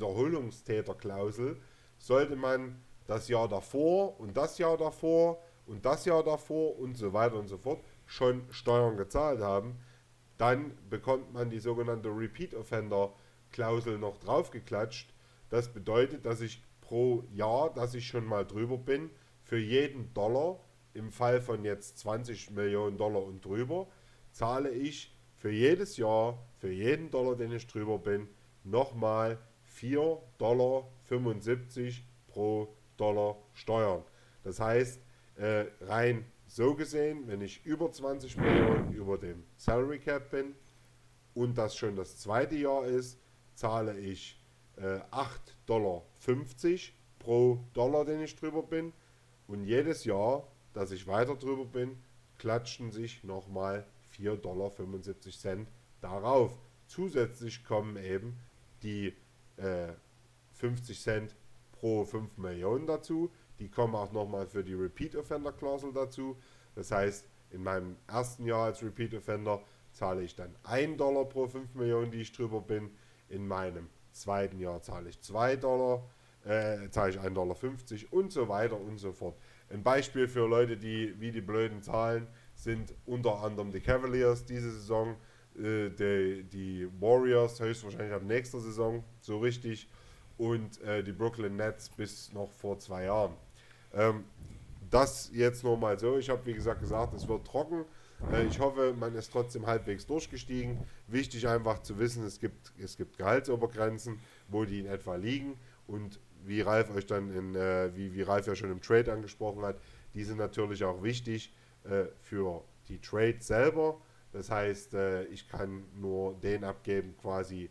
Wiederholungstäterklausel, sollte man das Jahr davor und das Jahr davor und das Jahr davor und so weiter und so fort schon Steuern gezahlt haben, dann bekommt man die sogenannte Repeat Offender Klausel noch draufgeklatscht. Das bedeutet, dass ich pro Jahr, dass ich schon mal drüber bin, für jeden Dollar, im Fall von jetzt zwanzig Millionen Dollar und drüber, zahle ich für jedes Jahr, für jeden Dollar, den ich drüber bin, nochmal vier Komma fünfundsiebzig Dollar pro Dollar Steuern. Das heißt, äh, rein so gesehen, wenn ich über zwanzig Millionen über dem Salary Cap bin und das schon das zweite Jahr ist, zahle ich äh, acht Komma fünfzig Dollar pro Dollar, den ich drüber bin. Und jedes Jahr, dass ich weiter drüber bin, klatschen sich nochmal vier Komma fünfundsiebzig Dollar darauf. Zusätzlich kommen eben die äh, fünfzig Cent pro fünf Millionen dazu. Die kommen auch nochmal für die Repeat Offender Klausel dazu. Das heißt, in meinem ersten Jahr als Repeat Offender zahle ich dann ein Dollar pro fünf Millionen, die ich drüber bin. In meinem zweiten Jahr zahle ich zwei Dollar, äh, zahle ich ein Komma fünfzig Dollar und so weiter und so fort. Ein Beispiel für Leute, die wie die Blöden zahlen, sind unter anderem die Cavaliers diese Saison, äh, die, die Warriors höchstwahrscheinlich ab nächster Saison, so richtig, und äh, die Brooklyn Nets bis noch vor zwei Jahren. Ähm, das jetzt nur mal so. Ich habe wie gesagt gesagt, es wird trocken. Äh, ich hoffe, man ist trotzdem halbwegs durchgestiegen. Wichtig einfach zu wissen, es gibt, es gibt Gehaltsobergrenzen, wo die in etwa liegen. Und wie Ralf euch dann in, äh, wie, wie Ralf ja schon im Trade angesprochen hat, die sind natürlich auch wichtig äh, für die Trade selber. Das heißt, äh, ich kann nur den abgeben quasi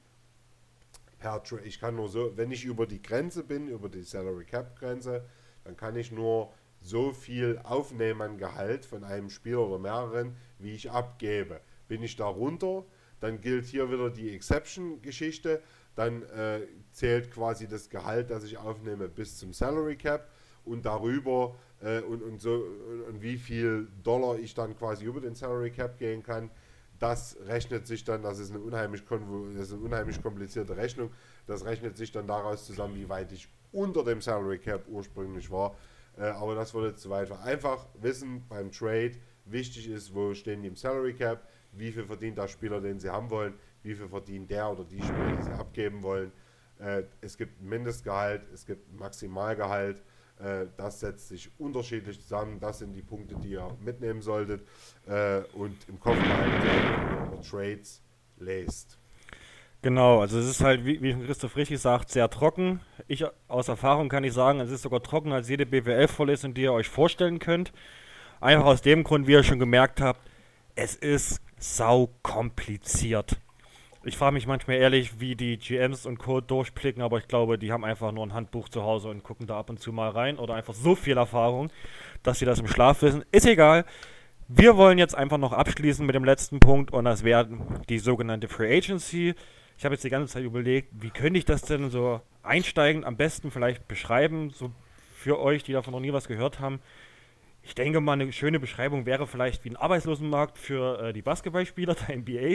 per Trade. Ich kann nur so, wenn ich über die Grenze bin, über die Salary Cap Grenze, dann kann ich nur so viel aufnehmen an Gehalt von einem Spieler oder mehreren, wie ich abgebe. Bin ich da runter, dann gilt hier wieder die Exception-Geschichte, dann äh, zählt quasi das Gehalt, das ich aufnehme, bis zum Salary Cap und darüber äh, und, und, so, und wie viel Dollar ich dann quasi über den Salary Cap gehen kann. Das rechnet sich dann, das ist eine unheimlich, konvo- das ist eine unheimlich komplizierte Rechnung, das rechnet sich dann daraus zusammen, wie weit ich unter dem Salary Cap ursprünglich war. Äh, aber das würde zu weit. Einfach wissen beim Trade, wichtig ist, wo stehen die im Salary Cap, wie viel verdient der Spieler, den sie haben wollen, wie viel verdient der oder die Spieler, die sie abgeben wollen. Äh, es gibt ein Mindestgehalt, es gibt ein Maximalgehalt. Äh, das setzt sich unterschiedlich zusammen. Das sind die Punkte, die ihr mitnehmen solltet äh, und im Kopf behalten, wenn ihr Trades lest. Genau, also es ist halt, wie, wie Christoph richtig sagt, sehr trocken. Ich aus Erfahrung kann ich sagen, es ist sogar trockener als jede B W L-Vorlesung, die ihr euch vorstellen könnt. Einfach aus dem Grund, wie ihr schon gemerkt habt, es ist sau kompliziert. Ich frage mich manchmal ehrlich, wie die G Ms und Co. durchblicken, aber ich glaube, die haben einfach nur ein Handbuch zu Hause und gucken da ab und zu mal rein oder einfach so viel Erfahrung, dass sie das im Schlaf wissen. Ist egal. Wir wollen jetzt einfach noch abschließen mit dem letzten Punkt und das wäre die sogenannte Free Agency. Ich habe jetzt die ganze Zeit überlegt, wie könnte ich das denn so einsteigen, am besten vielleicht beschreiben, so für euch, die davon noch nie was gehört haben. Ich denke mal, eine schöne Beschreibung wäre vielleicht wie ein Arbeitslosenmarkt für äh, die Basketballspieler der N B A.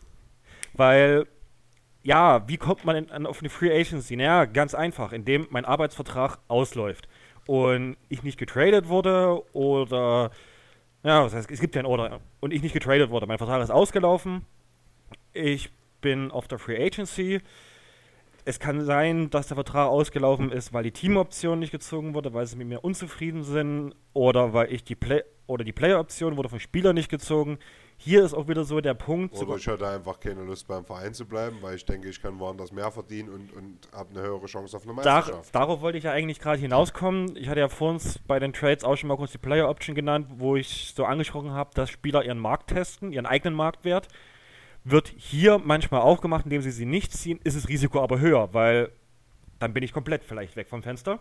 Weil, ja, wie kommt man in, auf eine Free Agency? Naja, ganz einfach, indem mein Arbeitsvertrag ausläuft und ich nicht getradet wurde oder, ja, das heißt, es gibt ja ein Order und ich nicht getradet wurde. Mein Vertrag ist ausgelaufen, ich bin auf der Free Agency. Es kann sein, dass der Vertrag ausgelaufen ist, weil die Teamoption nicht gezogen wurde, weil sie mit mir unzufrieden sind oder weil ich die Play oder die Player-Option wurde vom Spieler nicht gezogen. hier ist auch wieder so der Punkt. Oder ich hatte einfach keine Lust beim Verein zu bleiben, weil ich denke, ich kann woanders mehr verdienen und, und habe eine höhere Chance auf eine Meisterschaft. Dar, darauf wollte ich ja eigentlich gerade hinauskommen. Ich hatte ja vor uns bei den Trades auch schon mal kurz die Player Option genannt, wo ich so angesprochen habe, dass Spieler ihren Markt testen, ihren eigenen Marktwert. Wird hier manchmal auch gemacht, indem sie sie nicht ziehen, ist das Risiko aber höher, weil dann bin ich komplett vielleicht weg vom Fenster.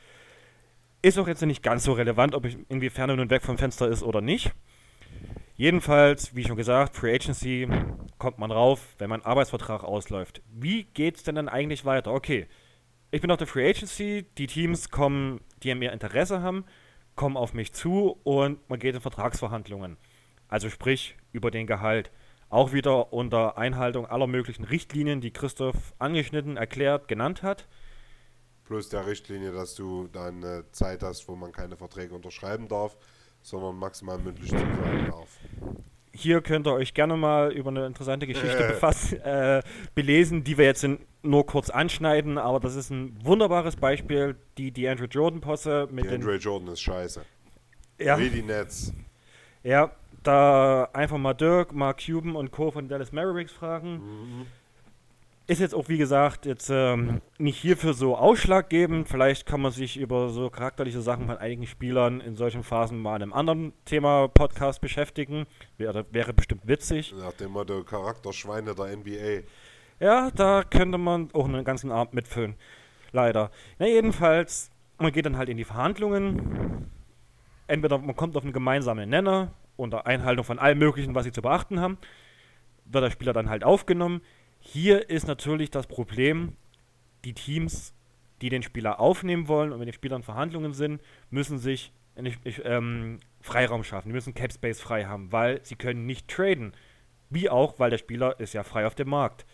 Ist auch jetzt nicht ganz so relevant, ob ich inwiefern er nun weg vom Fenster ist oder nicht. Jedenfalls, wie schon gesagt, Free Agency kommt man rauf, wenn mein Arbeitsvertrag ausläuft. Wie geht es denn dann eigentlich weiter? Okay, ich bin auf der Free Agency, die Teams kommen, die an mir Interesse haben, kommen auf mich zu und man geht in Vertragsverhandlungen. Also sprich, über den Gehalt. Auch wieder unter Einhaltung aller möglichen Richtlinien, die Christoph angeschnitten, erklärt, genannt hat. Plus der Richtlinie, dass du dann eine Zeit hast, wo man keine Verträge unterschreiben darf, sondern maximal mündlich zusagen darf. Hier könnt ihr euch gerne mal über eine interessante Geschichte äh. befassen, äh, belesen, die wir jetzt in, nur kurz anschneiden, aber das ist ein wunderbares Beispiel, die DeAndre Jordan-Posse mit den... DeAndre Jordan ist scheiße. Ja. Wie die Nets. Ja, da einfach mal Dirk, Mark Cuban und Co. von Dallas Mavericks fragen. Mhm. Ist jetzt auch, wie gesagt, jetzt ähm, nicht hierfür so ausschlaggebend. Vielleicht kann man sich über so charakterliche Sachen von einigen Spielern in solchen Phasen mal in einem anderen Thema-Podcast beschäftigen. Wäre, wäre bestimmt witzig. Nach dem Motto Charakterschweine der N B A. Ja, da könnte man auch einen ganzen Abend mitfüllen. Leider. Na, jedenfalls, man geht dann halt in die Verhandlungen. Entweder man kommt auf einen gemeinsamen Nenner, unter Einhaltung von allem Möglichen, was sie zu beachten haben, wird der Spieler dann halt aufgenommen. Hier ist natürlich das Problem, die Teams, die den Spieler aufnehmen wollen und mit den Spielern in Verhandlungen sind, müssen sich ähm, Freiraum schaffen. Die müssen Cap Space frei haben, weil sie können nicht traden. Wie auch, weil der Spieler ist ja frei auf dem Markt.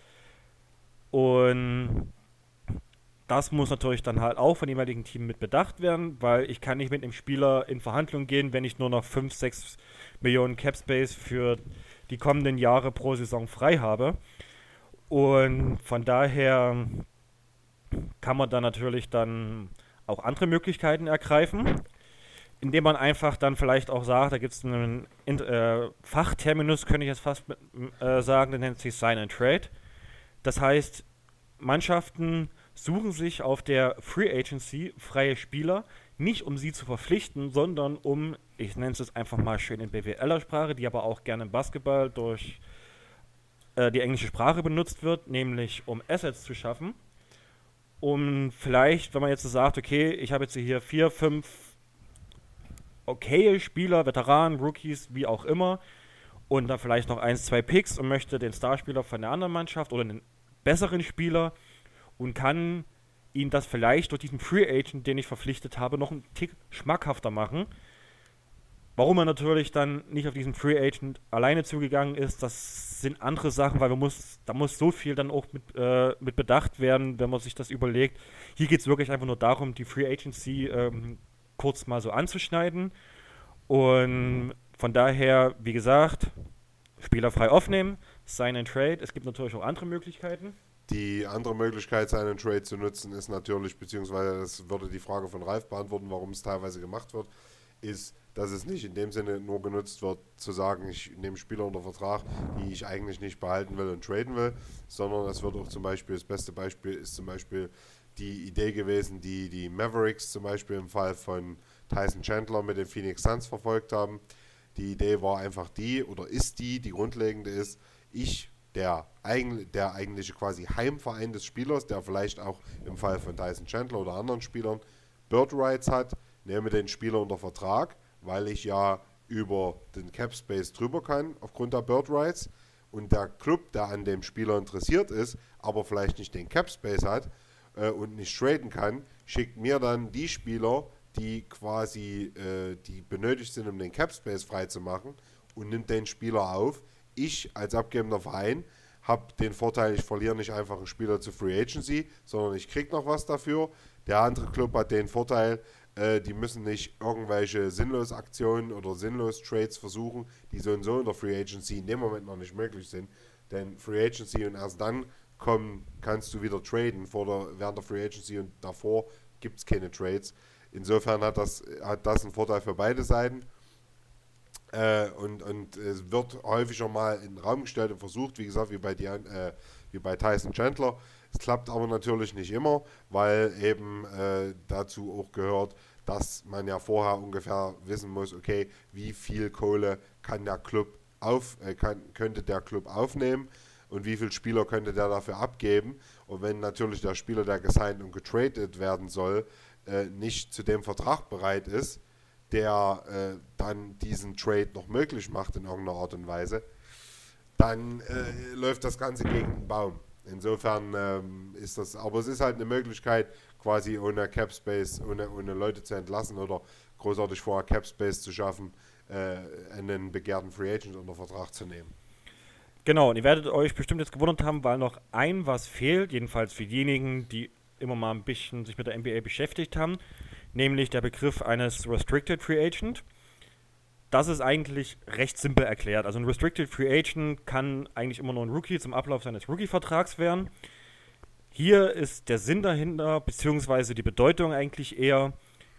Und das muss natürlich dann halt auch von dem jeweiligen Team mit bedacht werden, weil ich kann nicht mit dem Spieler in Verhandlungen gehen, wenn ich nur noch fünf, sechs Millionen Cap Space für die kommenden Jahre pro Saison frei habe. Und von daher kann man dann natürlich dann auch andere Möglichkeiten ergreifen, indem man einfach dann vielleicht auch sagt, da gibt es einen äh, Fachterminus, könnte ich jetzt fast äh, sagen, der nennt sich Sign and Trade. Das heißt, Mannschaften suchen sich auf der Free Agency freie Spieler, nicht um sie zu verpflichten, sondern um, ich nenne es jetzt einfach mal schön in B W L-Sprache, die aber auch gerne im Basketball durch die englische Sprache benutzt wird, nämlich um Assets zu schaffen, um vielleicht, wenn man jetzt so sagt, okay, ich habe jetzt hier vier, fünf okaye Spieler, Veteranen, Rookies, wie auch immer, und dann vielleicht noch eins, zwei Picks und möchte den Starspieler von der anderen Mannschaft oder einen besseren Spieler und kann ihn das vielleicht durch diesen Free Agent, den ich verpflichtet habe, noch einen Tick schmackhafter machen. Warum er natürlich dann nicht auf diesen Free Agent alleine zugegangen ist, das sind andere Sachen, weil wir muss, da muss so viel dann auch mit, äh, mit bedacht werden, wenn man sich das überlegt. Hier geht es wirklich einfach nur darum, die Free Agency ähm, kurz mal so anzuschneiden. Und von daher, wie gesagt, Spieler frei aufnehmen, Sign and Trade. Es gibt natürlich auch andere Möglichkeiten. Die andere Möglichkeit, Sign and Trade zu nutzen, ist natürlich, beziehungsweise das würde die Frage von Ralf beantworten, warum es teilweise gemacht wird, ist, dass es nicht in dem Sinne nur genutzt wird, zu sagen, ich nehme Spieler unter Vertrag, die ich eigentlich nicht behalten will und traden will, sondern es wird auch zum Beispiel, das beste Beispiel ist zum Beispiel die Idee gewesen, die die Mavericks zum Beispiel im Fall von Tyson Chandler mit den Phoenix Suns verfolgt haben. Die Idee war einfach die, oder ist die, die grundlegende ist, ich, der, eigen, der eigentliche quasi Heimverein des Spielers, der vielleicht auch im Fall von Tyson Chandler oder anderen Spielern Bird Rights hat, nehme den Spieler unter Vertrag, weil ich ja über den Cap Space drüber kann, aufgrund der Bird Rights. Und der Club, der an dem Spieler interessiert ist, aber vielleicht nicht den Cap Space hat äh, und nicht traden kann, schickt mir dann die Spieler, die quasi äh, die benötigt sind, um den Cap Space freizumachen, und nimmt den Spieler auf. Ich als abgebender Verein habe den Vorteil, ich verliere nicht einfach einen Spieler zu Free Agency, sondern ich kriege noch was dafür. Der andere Club hat den Vorteil, die müssen nicht irgendwelche sinnlos Aktionen oder sinnlos Trades versuchen, die so und so in der Free Agency in dem Moment noch nicht möglich sind. Denn Free Agency und erst dann kommen, kannst du wieder traden vor der, während der Free Agency, und davor gibt es keine Trades. Insofern hat das, hat das einen Vorteil für beide Seiten. Äh, und, und es wird häufiger mal in den Raum gestellt und versucht, wie gesagt, wie bei, Dian, äh, wie bei Tyson Chandler. Es klappt aber natürlich nicht immer, weil eben äh, dazu auch gehört, dass man ja vorher ungefähr wissen muss, okay, wie viel Kohle kann der Club auf, äh, kann, könnte der Club aufnehmen und wie viele Spieler könnte der dafür abgeben. Und wenn natürlich der Spieler, der gesigned und getradet werden soll, äh, nicht zu dem Vertrag bereit ist, der äh, dann diesen Trade noch möglich macht in irgendeiner Art und Weise, dann äh, läuft das Ganze gegen den Baum. Insofern ähm, ist das, aber es ist halt eine Möglichkeit, quasi ohne Cap Space, ohne, ohne Leute zu entlassen oder großartig vorher Cap Space zu schaffen, äh, einen begehrten Free Agent unter Vertrag zu nehmen. Genau, und ihr werdet euch bestimmt jetzt gewundert haben, weil noch ein was fehlt, jedenfalls für diejenigen, die immer mal ein bisschen sich mit der N B A beschäftigt haben, nämlich der Begriff eines Restricted Free Agent. Das ist eigentlich recht simpel erklärt. Also ein Restricted Free Agent kann eigentlich immer nur ein Rookie zum Ablauf seines Rookie-Vertrags werden. Hier ist der Sinn dahinter, beziehungsweise die Bedeutung eigentlich eher,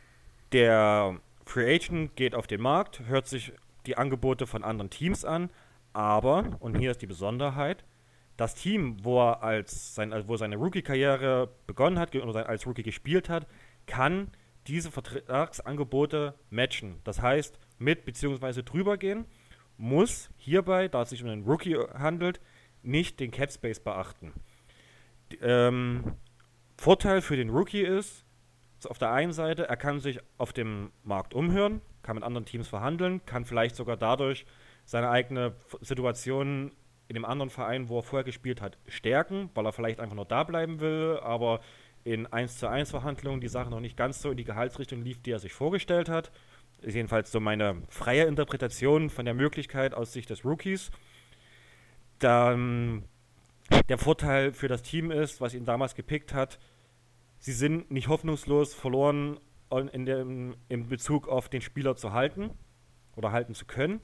der Free Agent geht auf den Markt, hört sich die Angebote von anderen Teams an, aber, und hier ist die Besonderheit, das Team, wo er als sein, wo seine Rookie-Karriere begonnen hat oder als Rookie gespielt hat, kann diese Vertragsangebote matchen. Das heißt, mit bzw. drüber gehen, muss hierbei, da es sich um einen Rookie handelt, nicht den Cap Space beachten. D- Ähm, Vorteil für den Rookie ist, auf der einen Seite, er kann sich auf dem Markt umhören, kann mit anderen Teams verhandeln, kann vielleicht sogar dadurch seine eigene F- Situation in dem anderen Verein, wo er vorher gespielt hat, stärken, weil er vielleicht einfach nur da bleiben will, aber in eins zu eins Verhandlungen die Sache noch nicht ganz so in die Gehaltsrichtung lief, die er sich vorgestellt hat. Ist jedenfalls so meine freie Interpretation von der Möglichkeit aus Sicht des Rookies. Dann der Vorteil für das Team ist, was ihn damals gepickt hat, sie sind nicht hoffnungslos verloren in dem, in Bezug auf den Spieler zu halten oder halten zu können.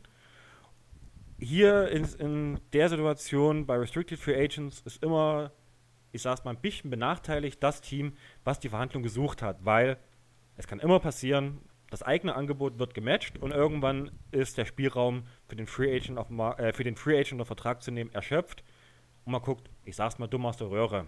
Hier in, in der Situation bei Restricted Free Agents ist immer, ich sag's mal, ein bisschen benachteiligt das Team, was die Verhandlung gesucht hat, weil es kann immer passieren, das eigene Angebot wird gematcht und irgendwann ist der Spielraum für den Free Agent auf, dem Mar- äh, für den Free Agent unter Vertrag zu nehmen erschöpft und man guckt, ich sag's mal dumm aus der Röhre.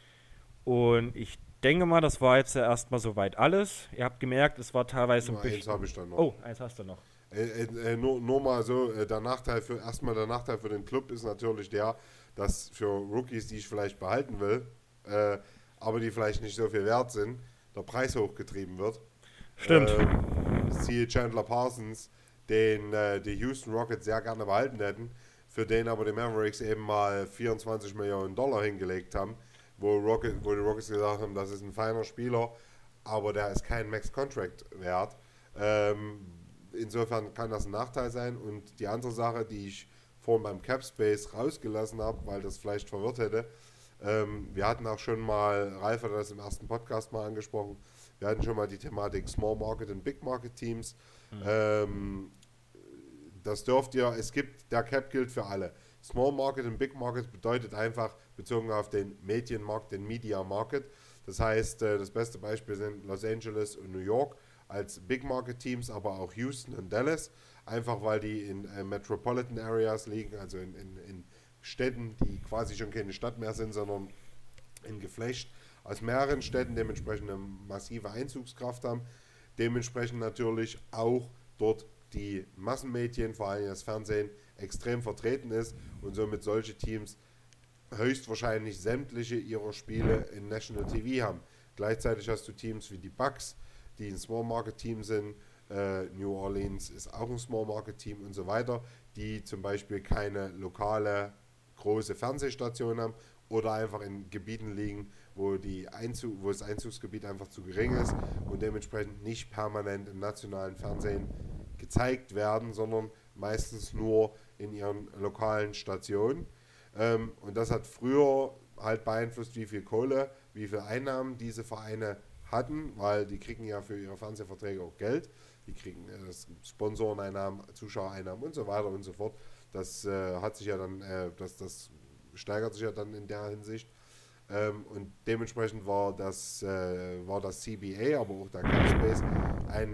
Und ich denke mal, das war jetzt ja erstmal soweit alles. Ihr habt gemerkt, es war teilweise ein Nur eins bisschen. habe ich dann noch. Oh, eins hast du noch. Äh, äh, äh, nur, nur mal so, äh, der Nachteil für, erstmal der Nachteil für den Club ist natürlich der, dass für Rookies, die ich vielleicht behalten will, äh, aber die vielleicht nicht so viel wert sind, der Preis hochgetrieben wird. Stimmt. Ähm, siehe Chandler Parsons, den äh, die Houston Rockets sehr gerne behalten hätten, für den aber die Mavericks eben mal vierundzwanzig Millionen Dollar hingelegt haben, wo, Rocket, wo die Rockets gesagt haben, das ist ein feiner Spieler, aber der ist kein Max-Contract wert. Ähm, insofern kann das ein Nachteil sein. Und die andere Sache, die ich vorhin beim Cap Space rausgelassen habe, weil das vielleicht verwirrt hätte, ähm, wir hatten auch schon mal, Ralf hat das im ersten Podcast mal angesprochen, wir hatten schon mal die Thematik Small Market und Big Market Teams. Mhm. Ähm, das dürft ihr, es gibt, der Cap gilt für alle. Small Market und Big Market bedeutet einfach, bezogen auf den Medienmarkt, den Media Market. Das heißt, das beste Beispiel sind Los Angeles und New York als Big Market Teams, aber auch Houston und Dallas. Einfach weil die in äh, Metropolitan Areas liegen, also in, in, in Städten, die quasi schon keine Stadt mehr sind, sondern in Geflecht aus mehreren Städten, dementsprechend eine massive Einzugskraft haben. Dementsprechend natürlich auch dort die Massenmedien, vor allem das Fernsehen, extrem vertreten ist und somit solche Teams höchstwahrscheinlich sämtliche ihrer Spiele in National T V haben. Gleichzeitig hast du Teams wie die Bucks, die ein Small Market Team sind, äh, New Orleans ist auch ein Small Market Team und so weiter, die zum Beispiel keine lokale große Fernsehstation haben oder einfach in Gebieten liegen, wo, die Einzug, wo das Einzugsgebiet einfach zu gering ist und dementsprechend nicht permanent im nationalen Fernsehen gezeigt werden, sondern meistens nur in ihren lokalen Stationen. Ähm, und das hat früher halt beeinflusst, wie viel Kohle, wie viel Einnahmen diese Vereine hatten, weil die kriegen ja für ihre Fernsehverträge auch Geld. Die kriegen äh, Sponsoreneinnahmen, Zuschauereinnahmen und so weiter und so fort. Das äh, hat sich ja dann, äh, das, das steigert sich ja dann in der Hinsicht. Ähm, und dementsprechend war das, äh, war das C B A, aber auch der Cap Space ein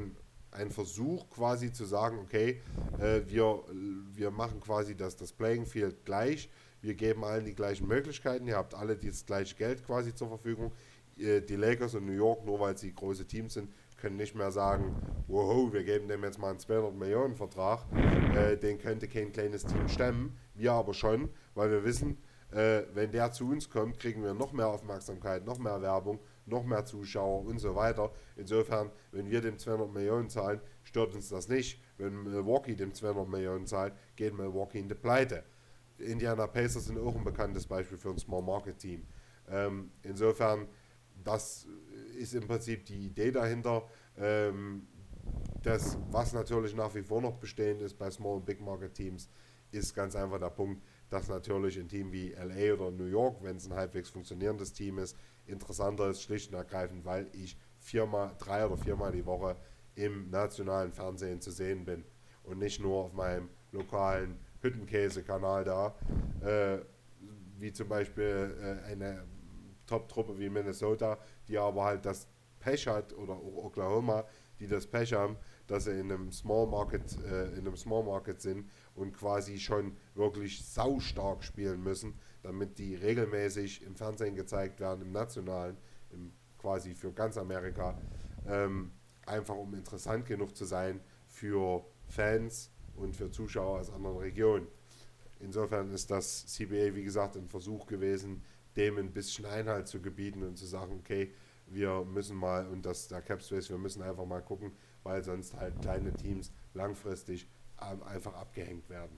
ein Versuch quasi zu sagen, okay, äh, wir, wir machen quasi das, das Playing Field gleich, wir geben allen die gleichen Möglichkeiten, ihr habt alle das gleiche Geld quasi zur Verfügung. Äh, die Lakers und New York, nur weil sie große Teams sind, können nicht mehr sagen, wow, wir geben dem jetzt mal einen zweihundert Millionen Vertrag, äh, den könnte kein kleines Team stemmen, wir aber schon, weil wir wissen, äh, wenn der zu uns kommt, kriegen wir noch mehr Aufmerksamkeit, noch mehr Werbung, noch mehr Zuschauer und so weiter. Insofern, wenn wir dem zweihundert Millionen zahlen, stört uns das nicht. Wenn Milwaukee dem zweihundert Millionen zahlt, geht Milwaukee in die Pleite. Die Indiana Pacers sind auch ein bekanntes Beispiel für ein Small Market Team. Ähm, insofern, das ist im Prinzip die Idee dahinter. Ähm, das, was natürlich nach wie vor noch bestehend ist bei Small und Big Market Teams, ist ganz einfach der Punkt, dass natürlich ein Team wie L A oder New York, wenn es ein halbwegs funktionierendes Team ist, interessanter ist, schlicht und ergreifend, weil ich viermal, drei oder viermal die Woche im nationalen Fernsehen zu sehen bin und nicht nur auf meinem lokalen Hüttenkäse-Kanal da, äh, wie zum Beispiel äh, eine Top-Truppe wie Minnesota, die aber halt das Pech hat, oder auch Oklahoma, die das Pech haben, dass sie in einem Small Market, äh, in einem Small Market sind und quasi schon wirklich saustark spielen müssen, damit die regelmäßig im Fernsehen gezeigt werden, im Nationalen, im, quasi für ganz Amerika, ähm, einfach um interessant genug zu sein für Fans und für Zuschauer aus anderen Regionen. Insofern ist das C B A, wie gesagt, ein Versuch gewesen, dem ein bisschen Einhalt zu gebieten und zu sagen, okay, wir müssen mal, und das der Cap Space, wir müssen einfach mal gucken, weil sonst halt kleine Teams langfristig ähm, einfach abgehängt werden.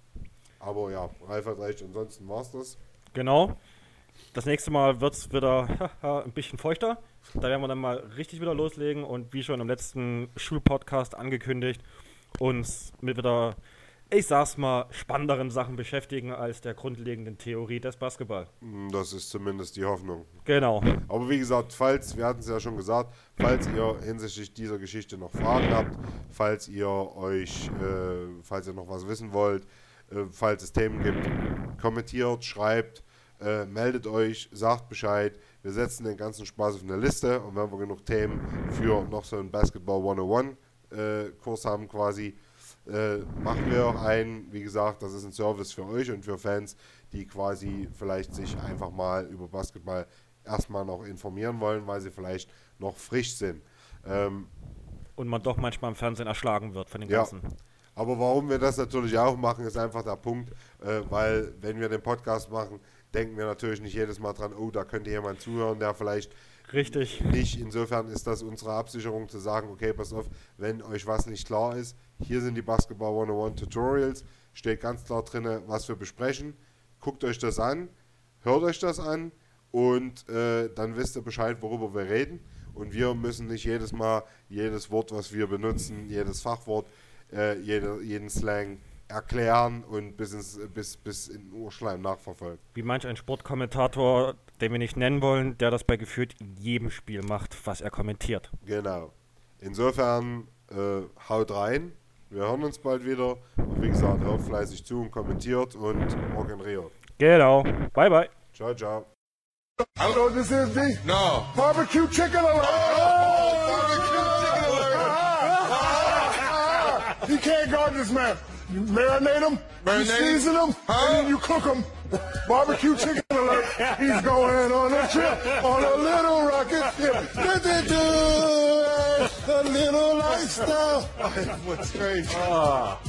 Aber ja, Ralf hat recht, ansonsten war es das. Genau. Das nächste Mal wird es wieder ein bisschen feuchter. Da werden wir dann mal richtig wieder loslegen und wie schon im letzten Schulpodcast angekündigt, uns mit wieder, ich sag's mal, spannenderen Sachen beschäftigen als der grundlegenden Theorie des Basketball. Das ist zumindest die Hoffnung. Genau. Aber wie gesagt, falls, wir hatten es ja schon gesagt, falls ihr hinsichtlich dieser Geschichte noch Fragen habt, falls ihr euch, äh, falls ihr noch was wissen wollt, äh, falls es Themen gibt, kommentiert, schreibt, äh, meldet euch, sagt Bescheid. Wir setzen den ganzen Spaß auf eine Liste und wenn wir genug Themen für noch so einen Basketball hundertundeins äh, Kurs haben quasi, äh, machen wir auch einen. Wie gesagt, das ist ein Service für euch und für Fans, die quasi vielleicht sich einfach mal über Basketball erstmal noch informieren wollen, weil sie vielleicht noch frisch sind. Ähm, und man doch manchmal im Fernsehen erschlagen wird von den ja. ganzen. Aber warum wir das natürlich auch machen, ist einfach der Punkt, äh, weil wenn wir den Podcast machen, denken wir natürlich nicht jedes Mal dran, oh, da könnte jemand zuhören, der vielleicht Richtig. nicht. Insofern ist das unsere Absicherung zu sagen, okay, pass auf, wenn euch was nicht klar ist, hier sind die Basketball hundertundeins Tutorials, steht ganz klar drin, was wir besprechen. Guckt euch das an, hört euch das an und äh, dann wisst ihr Bescheid, worüber wir reden. Und wir müssen nicht jedes Mal jedes Wort, was wir benutzen, jedes Fachwort, äh, jede, jeden Slang erklären und bis, ins, bis, bis in den Urschleim nachverfolgen. Wie manch ein Sportkommentator, den wir nicht nennen wollen, der das bei gefühlt jedem Spiel macht, was er kommentiert. Genau. Insofern äh, haut rein. Wir hören uns bald wieder. Und wie gesagt, hört fleißig zu und kommentiert und Rock in Rio. Genau. Bye, bye. Ciao, ciao. I don't know what this is, D. No. Barbecue chicken alert. Oh, barbecue chicken alert. He can't guard this man. You marinate him, Marinate you him? season him, Huh? and then you cook him. Barbecue chicken alert. He's going on a trip on a little rocket ship. A little lifestyle. What's strange?